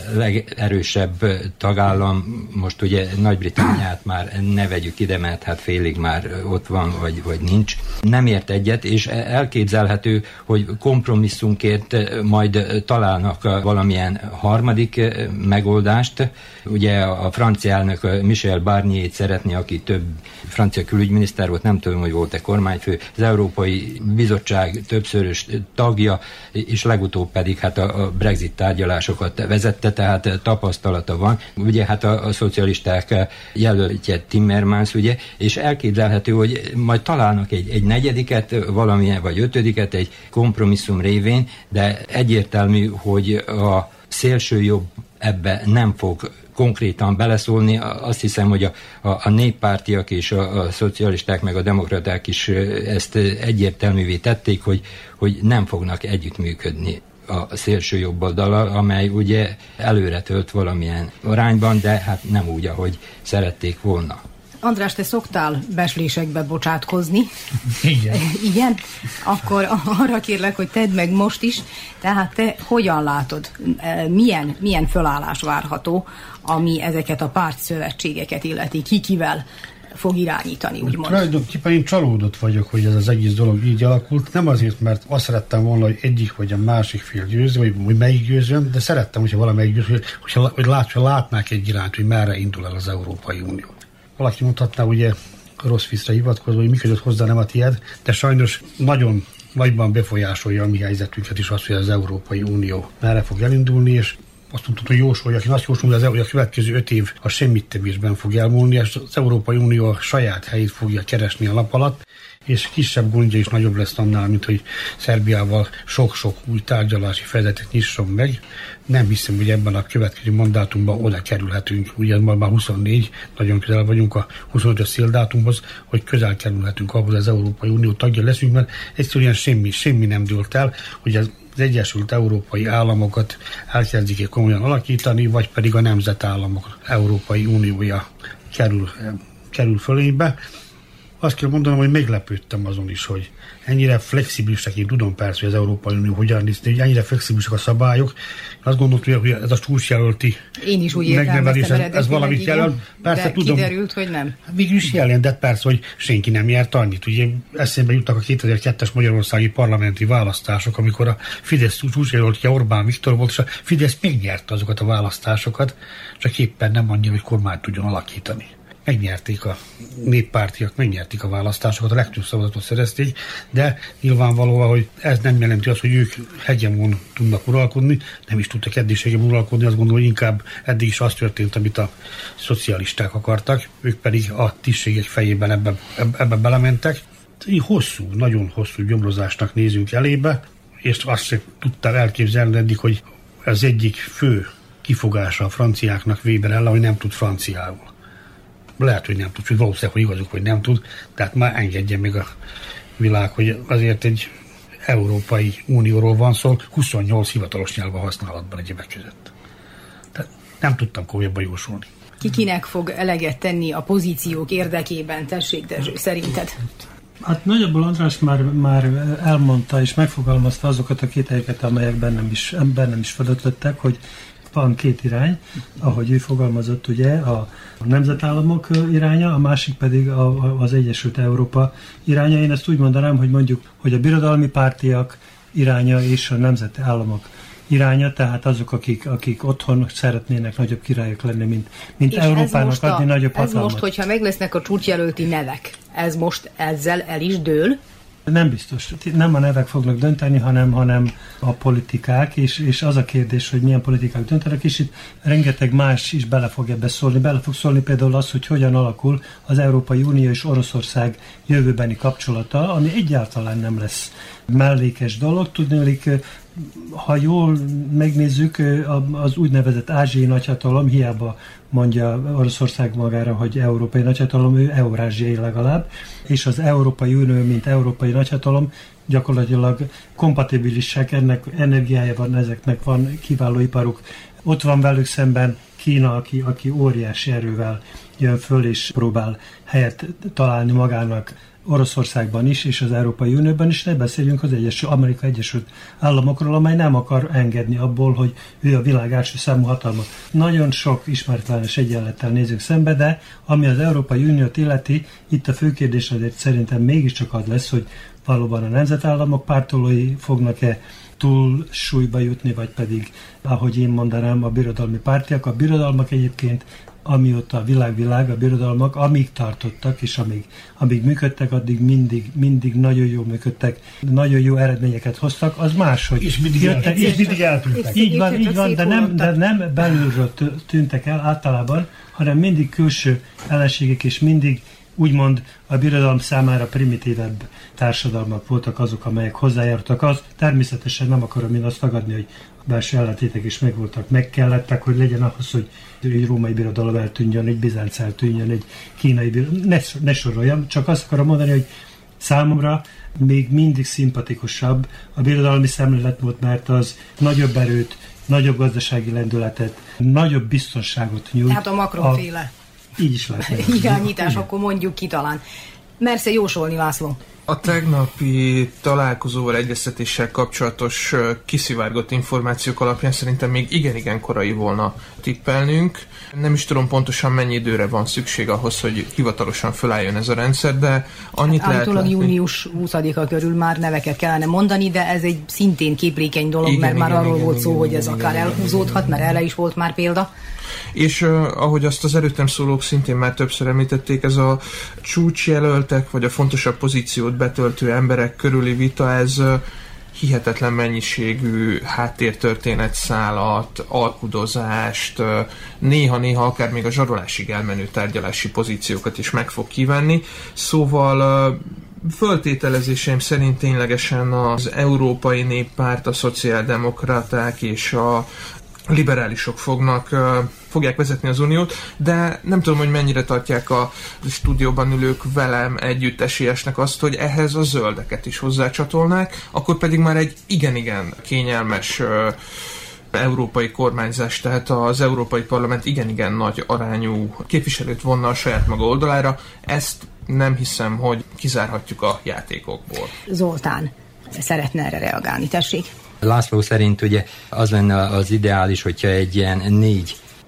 legerősebb tagállam, most ugye Nagy-Britanniát már ne vegyük ide, mert hát félig már ott van, vagy, vagy nincs. Nem ért egyet, és elképzelhető, hogy kompromisszumként majd találnak valamilyen harmadik megoldást. Ugye a francia elnök Michel Barnier-t szeretné, aki több francia külügyminiszter volt, nem tudom, hogy volt-e kormányfő, az Európai Bizottság többszörös tagja, és legutóbb pedig hát a Brexit tárgyalásokat vezette, tehát tapasztalata van. Ugye hát a, a szocialisták jelöltje Timmermans, ugye, és elképzelhető, hogy majd találnak egy, egy negyediket, valamilyen, vagy ötödiket egy kompromisszum révén, de egyértelmű, hogy a szélső jobb ebbe nem fog konkrétan beleszólni. Azt hiszem, hogy a, a, a néppártiak és a, a szocialisták meg a demokraták is ezt egyértelművé tették, hogy, hogy nem fognak együttműködni a szélső jobb oldallal, amely ugye előre tölt valamilyen arányban, de hát nem úgy, ahogy szerették volna. András, te szoktál beslésekbe bocsátkozni? Igen. Igen? Akkor arra kérlek, hogy tedd meg most is. Tehát te hogyan látod, milyen, milyen fölállás várható, ami ezeket a pártszövetségeket illeti, ki kivel fog irányítani, úgymond? Tulajdonképpen én csalódott vagyok, hogy ez az egész dolog így alakult. Nem azért, mert azt szerettem volna, hogy egyik vagy a másik fél győző, vagy, vagy melyik győzőm, de szerettem, hogyha valamelyik győző, hogyha, hogy lát, hogy látnák egy irányt, hogy merre indul el az Európai Unió. Valaki mondhatná ugye rossz vízre hivatkozva, hogy működött hozzá nem a tiéd, de sajnos nagyon nagyban befolyásolja a mi helyzetünket is az, hogy az Európai Unió merre fog elindulni, és azt mondtuk, hogy jósolja, aki azt jósolja, hogy a következő öt év a semmit tevésben fog elmúlni, és az Európai Unió a saját helyét fogja keresni a nap alatt, és kisebb gondja is nagyobb lesz annál, mint hogy Szerbiával sok-sok új tárgyalási fejezetet nyisson meg. Nem hiszem, hogy ebben a következő mandátumban oda kerülhetünk, ugye már huszonnégy, nagyon közel vagyunk a huszonötös céldátumhoz, hogy közel kerülhetünk ahhoz, az Európai Unió tagja leszünk, mert egyszerűen semmi, semmi nem dőlt el, hogy az az Egyesült Európai Államokat elkezdik komolyan alakítani, vagy pedig a nemzetállamok Európai Uniója kerül, kerül fölébe. Azt kell mondanom, hogy meglepődtem azon is, hogy ennyire flexibilisek, én tudom persze, hogy az Európai Unió hogyan néz, hogy ennyire flexibilisek a szabályok. Azt gondoltam, hogy ez a csúcsjelölti Én is úgy értelmeztem ez, ez valamit jelölt. Persze, de tudom, kiderült, hogy nem. Végül is jelentett persze, hogy senki nem nyert annyit. Ugye eszembe jutnak a kétezer-kettes magyarországi parlamenti választások, amikor a Fidesz csúcsjelöltje Orbán Viktor volt, és a Fidesz megnyerte azokat a választásokat, csak éppen nem annyira, hogy kormányt tudjon alakítani. megnyerték a néppártiak, megnyerték a választásokat, a legtöbb szavazatot szerezték, de nyilvánvalóan, hogy ez nem jelenti azt, hogy ők hegemon tudnak uralkodni, nem is tudtak eddig hegemon uralkodni, azt gondolom, hogy inkább eddig is az történt, amit a szocialisták akartak, ők pedig a tisztségek fejében ebbe, ebbe belementek. Így hosszú, nagyon hosszú gyomrozásnak nézünk elébe, és azt sem tudtam elképzelni eddig, hogy az egyik fő kifogása a franciáknak Weber ellen, hogy nem tud franciául. Lehet, hogy nem tud, hogy valószínűleg, hogy igazuk, hogy nem tud, tehát már engedje meg a világ, hogy azért egy Európai Unióról van szó, huszonnyolc hivatalos nyelv a használatban egyébek között. Tehát nem tudtam komolyabban jósolni. Ki kinek fog eleget tenni a pozíciók érdekében, tessék Dezső, szerinted? Hát nagyjából András már, már elmondta és megfogalmazta azokat a kételyeket, amelyek bennem is, bennem is felötlöttek, hogy van két irány, ahogy ő fogalmazott, ugye, a nemzetállamok iránya, a másik pedig a, az Egyesült Európa iránya. Én ezt úgy mondanám, hogy mondjuk, hogy a birodalmi pártiak iránya és a nemzetállamok iránya, tehát azok, akik, akik otthon szeretnének nagyobb királyok lenni, mint, mint Európának adni a, nagyobb hatalmat. Ez most, hogyha meg lesznek a csúcsjelölti nevek, ez most ezzel el is dől? Nem biztos. Nem a nevek fognak dönteni, hanem, hanem a politikák, és, és az a kérdés, hogy milyen politikák döntenek, és itt rengeteg más is bele fog ebbe szólni. Bele fog szólni például az, hogy hogyan alakul az Európai Unió és Oroszország jövőbeni kapcsolata, ami egyáltalán nem lesz mellékes dolog. Tudnélik, ha jól megnézzük, az úgynevezett ázsiai nagyhatalom, hiába mondja Oroszország magára, hogy európai nagyhatalom, ő eurázsiai legalább, és az Európai Unió, mint európai nagyhatalom gyakorlatilag kompatibilisek, ennek energiája van, ezeknek van kiváló iparuk. Ott van velük szemben Kína, aki, aki óriási erővel jön föl, és próbál helyet találni magának Oroszországban is, és az Európai Unióban is, ne beszéljünk az Egyesült, Amerika Egyesült Államokról, amely nem akar engedni abból, hogy ő a világ első számú hatalma. Nagyon sok ismeretlenes egyenlettel nézünk szembe, de ami az Európai Uniót illeti, itt a fő kérdés azért szerintem mégiscsak az lesz, hogy valóban a nemzetállamok pártolói fognak-e túlsúlyba jutni, vagy pedig, ahogy én mondanám, a birodalmi pártiak. A birodalmak egyébként amióta a világ-világ, a birodalmak, amíg tartottak, és amíg, amíg működtek, addig mindig, mindig nagyon jól működtek, nagyon jó eredményeket hoztak, az máshogy. És mindig, jöttek, és mindig eltűntek. Így van, így van, de nem, de nem belülről tűntek el általában, hanem mindig külső ellenségek, és mindig úgymond a birodalom számára primitívebb társadalmak voltak azok, amelyek hozzájártak. Az természetesen nem akarom én azt tagadni, hogy a belső ellentétek is megvoltak, meg kellettek, hogy legyen ahhoz, hogy egy római birodalom eltűnjön, egy bizánc eltűnjön, egy kínai birodalom, ne, ne soroljam, csak azt akarom mondani, hogy számomra még mindig szimpatikusabb a birodalmi szemlélet volt, mert az nagyobb erőt, nagyobb gazdasági lendületet, nagyobb biztonságot nyújt. Tehát a makroféle. Így is lehet. Irányítás, akkor mondjuk ki talán. Mersz-e jósolni, László? A tegnapi találkozóval, egyeztetéssel kapcsolatos kiszivárgott információk alapján szerintem még igen-igen korai volna tippelnünk. Nem is tudom pontosan mennyi időre van szükség ahhoz, hogy hivatalosan fölálljon ez a rendszer, de annyit hát, lehet látni. június huszadika körül már neveket kellene mondani, de ez egy szintén képlékeny dolog, igen, mert igen, már arról igen, volt igen, szó, igen, hogy igen, ez igen, akár igen, elhúzódhat, mert erre is volt már példa. És uh, ahogy azt az előttem szólók szintén már többször említették, ez a csúcsjelöltek, vagy a fontosabb pozíciót betöltő emberek körüli vita, ez uh, hihetetlen mennyiségű háttértörténetszálat, alkudozást, uh, néha-néha akár még a zsarolásig elmenő tárgyalási pozíciókat is meg fog kívánni. Szóval uh, föltételezéseim szerint ténylegesen az Európai Néppárt, a szociáldemokraták és a liberálisok fognak, uh, fogják vezetni az uniót, de nem tudom, hogy mennyire tartják a stúdióban ülők velem együtt esélyesnek azt, hogy ehhez a zöldeket is hozzácsatolnák, akkor pedig már egy igen-igen kényelmes uh, európai kormányzás, tehát az Európai Parlament igen-igen nagy arányú képviselőt vonna a saját maga oldalára. Ezt nem hiszem, hogy kizárhatjuk a játékokból. Zoltán szeretne erre reagálni, tessék. László szerint ugye az lenne az ideális, hogyha egy ilyen négy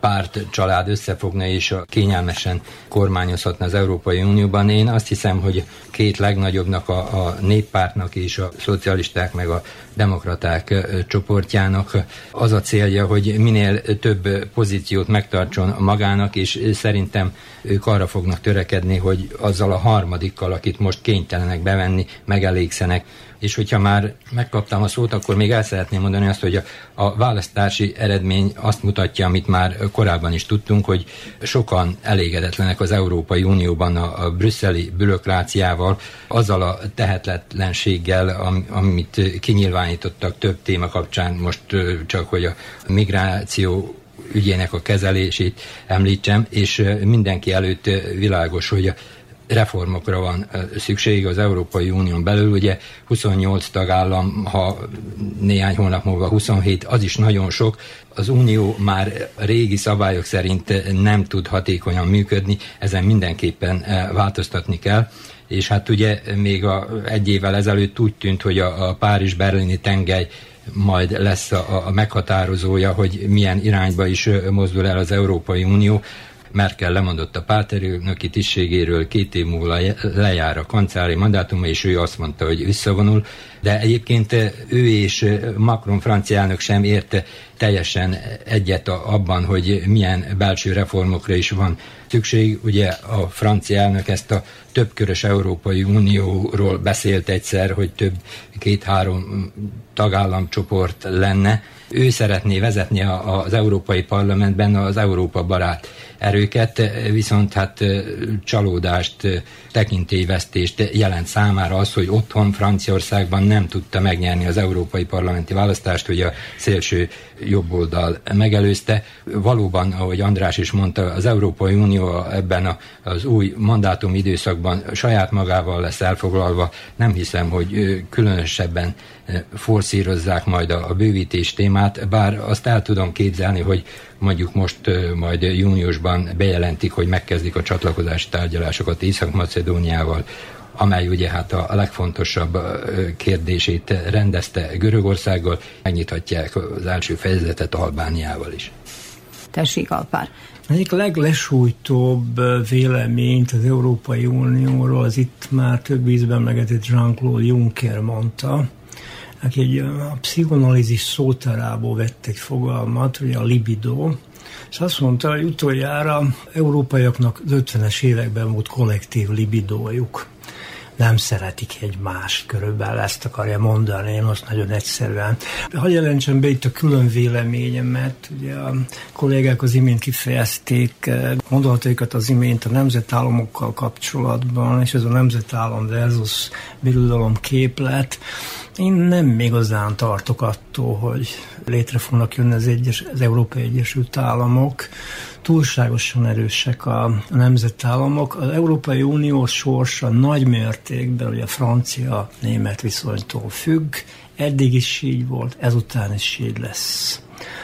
párt család összefogna és a kényelmesen kormányozhatna az Európai Unióban. Én azt hiszem, hogy két legnagyobbnak, a, a néppártnak és a szocialisták meg a demokraták csoportjának az a célja, hogy minél több pozíciót megtartson magának, és szerintem ők arra fognak törekedni, hogy azzal a harmadikkal, akit most kénytelenek bevenni, megelégszenek. És hogyha már megkaptam a szót, akkor még el szeretném mondani azt, hogy a, a választási eredmény azt mutatja, amit már korábban is tudtunk, hogy sokan elégedetlenek az Európai Unióban a, a brüsszeli bürokráciával, azzal a tehetetlenséggel, am, amit kinyilvánítottak több téma kapcsán, most csak hogy a migráció ügyének a kezelését említsem, és mindenki előtt világos, hogy a reformokra van szükség az Európai Unión belül, ugye huszonnyolc tagállam, ha néhány hónap múlva huszonhét, az is nagyon sok. Az Unió már régi szabályok szerint nem tud hatékonyan működni, ezen mindenképpen változtatni kell. És hát ugye még a, egy évvel ezelőtt úgy tűnt, hogy a, a Párizs-Berlini tengely majd lesz a, a meghatározója, hogy milyen irányba is mozdul el az Európai Unió. Merkel lemondott a pártelnöki tisztségéről, két év múlva lejár a kancellari mandátuma, és ő azt mondta, hogy visszavonul. De egyébként ő és Macron francia elnök sem ért teljesen egyet abban, hogy milyen belső reformokra is van szükség. Ugye a francia elnök ezt a többkörös Európai Unióról beszélt egyszer, hogy több két-három tagállamcsoport lenne. Ő szeretné vezetni az Európai Parlamentben az Európa barát erőket, viszont hát csalódást, tekintélyvesztést jelent számára az, hogy otthon Franciaországban nem tudta megnyerni az európai parlamenti választást, hogy a szélső jobboldal megelőzte. Valóban, ahogy András is mondta, az Európai Unió ebben az új mandátum időszakban saját magával lesz elfoglalva. Nem hiszem, hogy különösebben forszírozzák majd a bővítés témát, bár azt el tudom képzelni, hogy mondjuk most majd júniusban bejelentik, hogy megkezdik a csatlakozási tárgyalásokat Észak-Macedóniával, amely ugye hát a legfontosabb kérdését rendezte Görögországgal, megnyithatják az első fejezetet Albániával is. Tessék, Alpár. Egyik leglesújtóbb véleményt az Európai Unióról az itt már több ízben megetett Jean-Claude Juncker mondta, aki egy a pszichoanalízis szótárából vett egy fogalmat, ugye a libido, és azt mondta, hogy utoljára európaiaknak az ötvenes években volt kollektív libidójuk. Nem szeretik egymást, körülbelül ezt akarja mondani, én azt nagyon egyszerűen. Hadd jelentsem be itt a külön véleményemet, ugye a kollégák az imént kifejezték gondolataikat az imént a nemzetállamokkal kapcsolatban, és ez a nemzetállam versus birodalom képlet. Én nem igazán tartok attól, hogy létre fognak jönni az, egyes, az Európai Egyesült Államok. Túlságosan erősek a nemzetállamok. Az Európai Unió sorsa nagy mértékben ugye a francia-német viszonytól függ. Eddig is így volt, ezután is így lesz.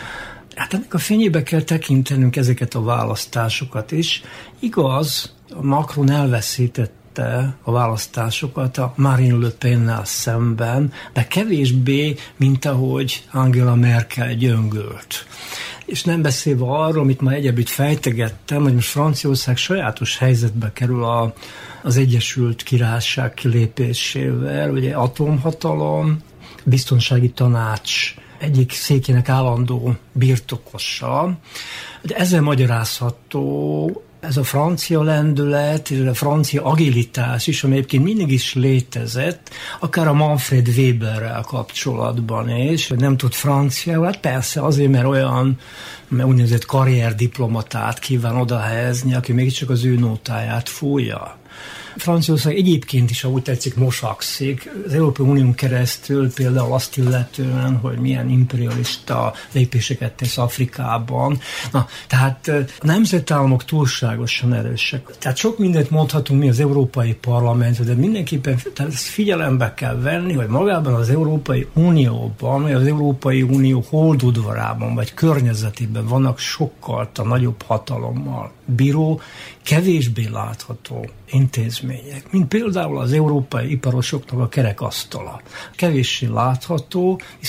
Hát ennek a fényébe kell tekintenünk ezeket a választásokat is. Igaz, Macron elveszített a választásokat a Marine Le Pennel szemben, de kevésbé, mint ahogy Angela Merkel gyöngölt. És nem beszélve arról, amit már egyébként fejtegettem, hogy most Franciaország sajátos helyzetbe kerül a, az Egyesült Királyság kilépésével, ugye atomhatalom, biztonsági tanács egyik székének állandó birtokosa. De ezzel magyarázható ez a francia lendület, ez a francia agilitás is, ami egyébként mindig is létezett, akár a Manfred Weberrel kapcsolatban is, hogy nem tud franciául, hát persze azért, mert olyan mert úgynevezett karrierdiplomatát kíván odahelyezni, aki mégiscsak az ő nótáját fújja. Franciaország egyébként is, ahogy tetszik, mosakszik. Az Európai Unión keresztül például azt illetően, hogy milyen imperialista lépéseket tesz Afrikában. Na, tehát a nemzetállamok túlságosan erősek. Tehát sok mindent mondhatunk mi az Európai Parlamentről, de mindenképpen tehát ezt figyelembe kell venni, hogy magában az Európai Unióban, vagy az Európai Unió holdudvarában, vagy környezetében vannak sokkal a nagyobb hatalommal bíró, kevésbé látható intézmények, mint például az európai iparosoknak a kerekasztala. Kevéssé látható, viszont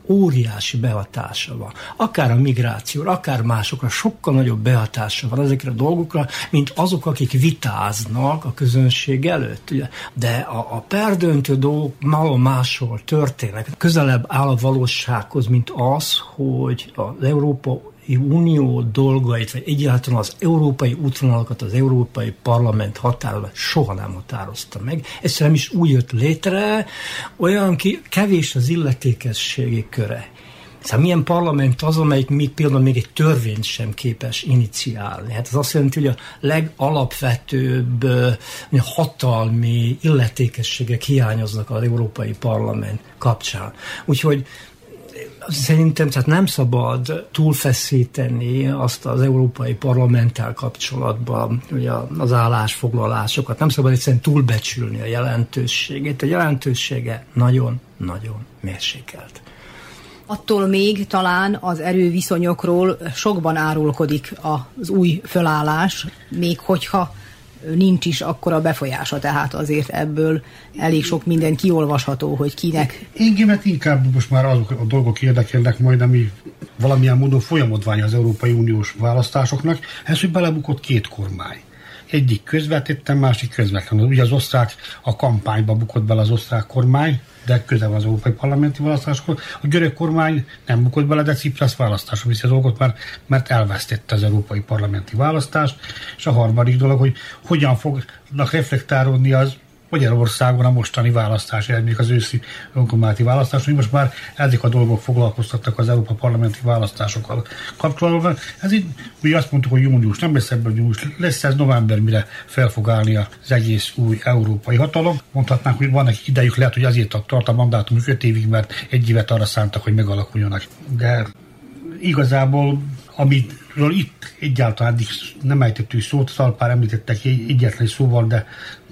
óriási behatása van. Akár a migrációra, akár másokra, sokkal nagyobb behatása van ezekre a dolgokra, mint azok, akik vitáznak a közönség előtt. Ugye? De a, a perdöntő dolgok valahol máshol történnek. Közelebb áll a valósághoz, mint az, hogy az Európa Unió dolgait, vagy egyáltalán az európai útvonalakat az Európai Parlament határozat soha nem határozta meg. Egyszerűen nem is úgy jött létre, olyan ki, kevés az illetékességi köre. Szóval milyen parlament az, amelyik még például még egy törvényt sem képes iniciálni? Hát ez azt jelenti, hogy a legalapvetőbb hatalmi illetékességek hiányoznak az Európai Parlament kapcsán. Úgyhogy szerintem tehát nem szabad túlfeszíteni azt az Európai Parlamenttel kapcsolatban, ugye az állásfoglalásokat, nem szabad egyszerűen túlbecsülni a jelentőségét. A jelentősége nagyon-nagyon mérsékelt. Attól még talán az erőviszonyokról sokban árulkodik az új fölállás, még hogyha nincs is akkora befolyása, tehát azért ebből elég sok minden kiolvasható, hogy kinek. Engemet inkább most már azok a dolgok érdekelnek majd, ami valamilyen módon folyamodványa az Európai Uniós választásoknak, ez, hogy belebukott két kormány. Egyik közvetetten, másik közvetlenül. Ugye az osztrák a kampányba bukott bele az osztrák kormány, de közel van az európai parlamenti választásokhoz. A görög kormány nem bukott bele, de Ciprasz választásra viszi a dolgot, mert, mert elvesztette az európai parlamenti választást. És a harmadik dolog, hogy hogyan fognak reflektálódni az Magyarországon a mostani választás, eredmények az őszi önkormányzati választás, hogy most már ezek a dolgok foglalkoztattak az Európa parlamenti választásokkal kapcsolatban. Ez így, ugye azt mondtuk, hogy június, nem lesz ebből június, lesz ez november, mire fel fog állni az egész új európai hatalom. Mondhatnánk, hogy van egy idejük, lehet, hogy azért tart a mandátum öt évig, mert egy évet arra szántak, hogy megalakuljanak. De igazából, amiről itt egyáltalán nem ejtettük szót, Szalpár említettek egyetlen szóval, de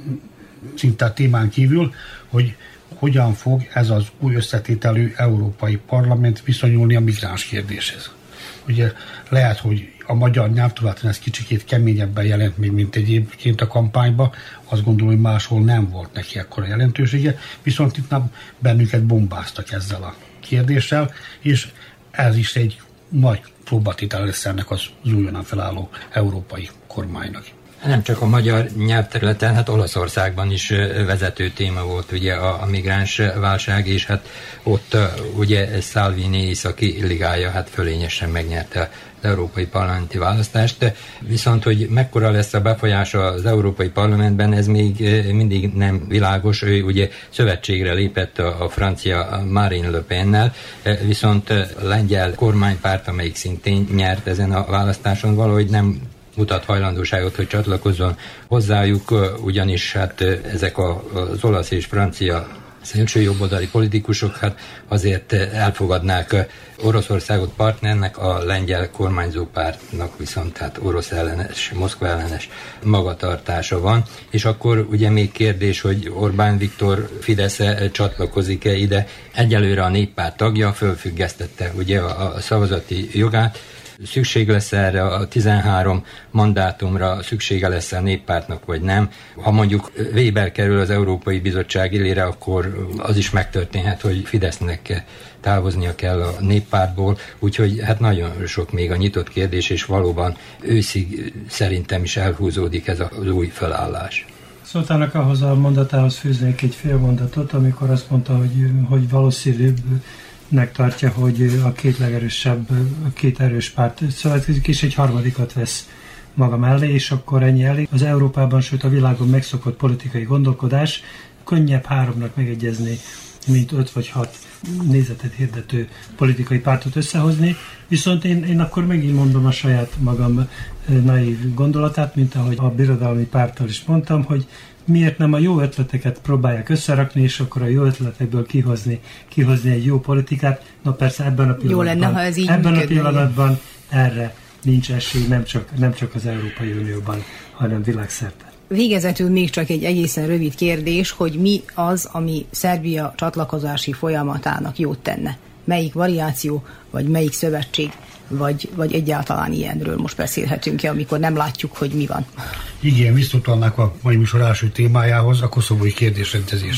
szinte a témán kívül, hogy hogyan fog ez az új összetételű Európai Parlament viszonyulni a migráns kérdéshez. Ugye lehet, hogy a magyar nyelvterületen ez kicsikét keményebben jelent még, mint egyébként a kampányban. Azt gondolom, hogy máshol nem volt neki ekkora jelentősége, viszont itt nem bennünket bombáztak ezzel a kérdéssel, és ez is egy nagy próbatétel lesz ennek az újonnan felálló európai kormánynak. Nem csak a magyar nyelvterületen, hát Olaszországban is vezető téma volt ugye a, a migráns válság, és hát ott ugye Salvini északi ligája hát fölényesen megnyerte az európai parlamenti választást, viszont hogy mekkora lesz a befolyása az európai parlamentben, ez még mindig nem világos. Ő ugye szövetségre lépett a, a francia Marine Le Pennel, viszont a lengyel kormánypárt, amelyik szintén nyert ezen a választáson, valahogy nem mutat hajlandóságot, hogy csatlakozzon hozzájuk, ugyanis hát ezek az olasz és francia szélsőjobboldali politikusok hát azért elfogadnák Oroszországot partnernek, a lengyel kormányzó pártnak viszont hát orosz ellenes, Moszkva ellenes magatartása van, és akkor ugye még kérdés, hogy Orbán Viktor Fidesz csatlakozik-e ide. Egyelőre a néppárt tagja, fölfüggesztette ugye a, a szavazati jogát. Szükség lesz erre a tizenhárom mandátumra, szüksége lesz a néppártnak, vagy nem. Ha mondjuk Weber kerül az Európai Bizottság élére, akkor az is megtörténhet, hogy Fidesznek távoznia kell a néppártból, úgyhogy hát nagyon sok még a nyitott kérdés, és valóban őszig szerintem is elhúzódik ez az új felállás. Szoltának ahhoz a mondatához fűznék egy fél mondatot, amikor azt mondta, hogy, hogy valószínűbb nek tartja, hogy a két legerősebb, a két erős párt szövetkezik, és egy harmadikat vesz maga mellé, és akkor ennyi elég. Az Európában, sőt a világon megszokott politikai gondolkodás könnyebb háromnak megegyezni, mint öt vagy hat nézetet hirdető politikai pártot összehozni. Viszont én, én akkor megint mondom a saját magam naív gondolatát, mint ahogy a birodalmi párttal is mondtam, hogy miért nem a jó ötleteket próbálják összerakni, és akkor a jó ötletekből kihozni, kihozni egy jó politikát. Na persze ebben a pillanatban, jó lenne, ha ez így ebben a pillanatban erre nincs esély, nem csak, nem csak az Európai Unióban, hanem világszerte. Végezetül még csak egy egészen rövid kérdés, hogy mi az, ami Szerbia csatlakozási folyamatának jót tenne? Melyik variáció, vagy melyik szövetség, vagy, vagy egyáltalán ilyenről most beszélhetünk-e, amikor nem látjuk, hogy mi van? Igen, visszatalnák a mai műsor első témájához, a koszovói kérdésrendezés.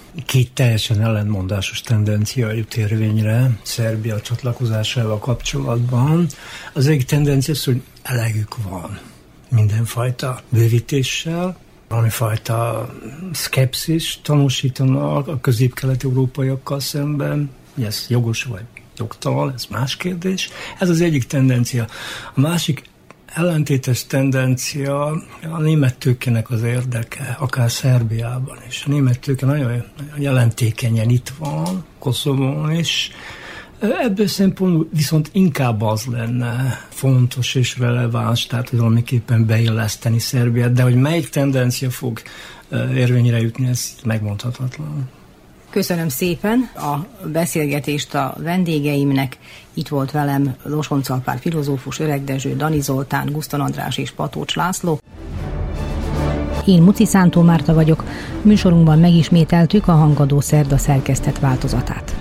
két teljesen ellentmondásos tendencia jut érvényre Szerbia csatlakozásával kapcsolatban. Az egyik tendencia az, hogy elegük van mindenfajta bővítéssel, valamifajta szkepszis tanúsítanak a közép-kelet-európaiakkal szemben, hogy ez jogos vagy jogtalan, ez más kérdés. Ez az egyik tendencia. A másik ellentétes tendencia a német tőkének az érdeke, akár Szerbiában is. A német tőke nagyon, nagyon jelentékenyen itt van, Koszovón is. Ebből szempontból viszont inkább az lenne fontos és releváns, tehát hogy valamiképpen beilleszteni Szerbiát, de hogy melyik tendencia fog érvényre jutni, ez megmondhatatlan. Köszönöm szépen a beszélgetést a vendégeimnek. Itt volt velem Losonczalpár filozófus, Öreg Dezső, Dani Zoltán, Guszton András és Patócs László. Én Muci Szántó Márta vagyok. Műsorunkban megismételtük a Hangadó Szerda szerkesztett változatát.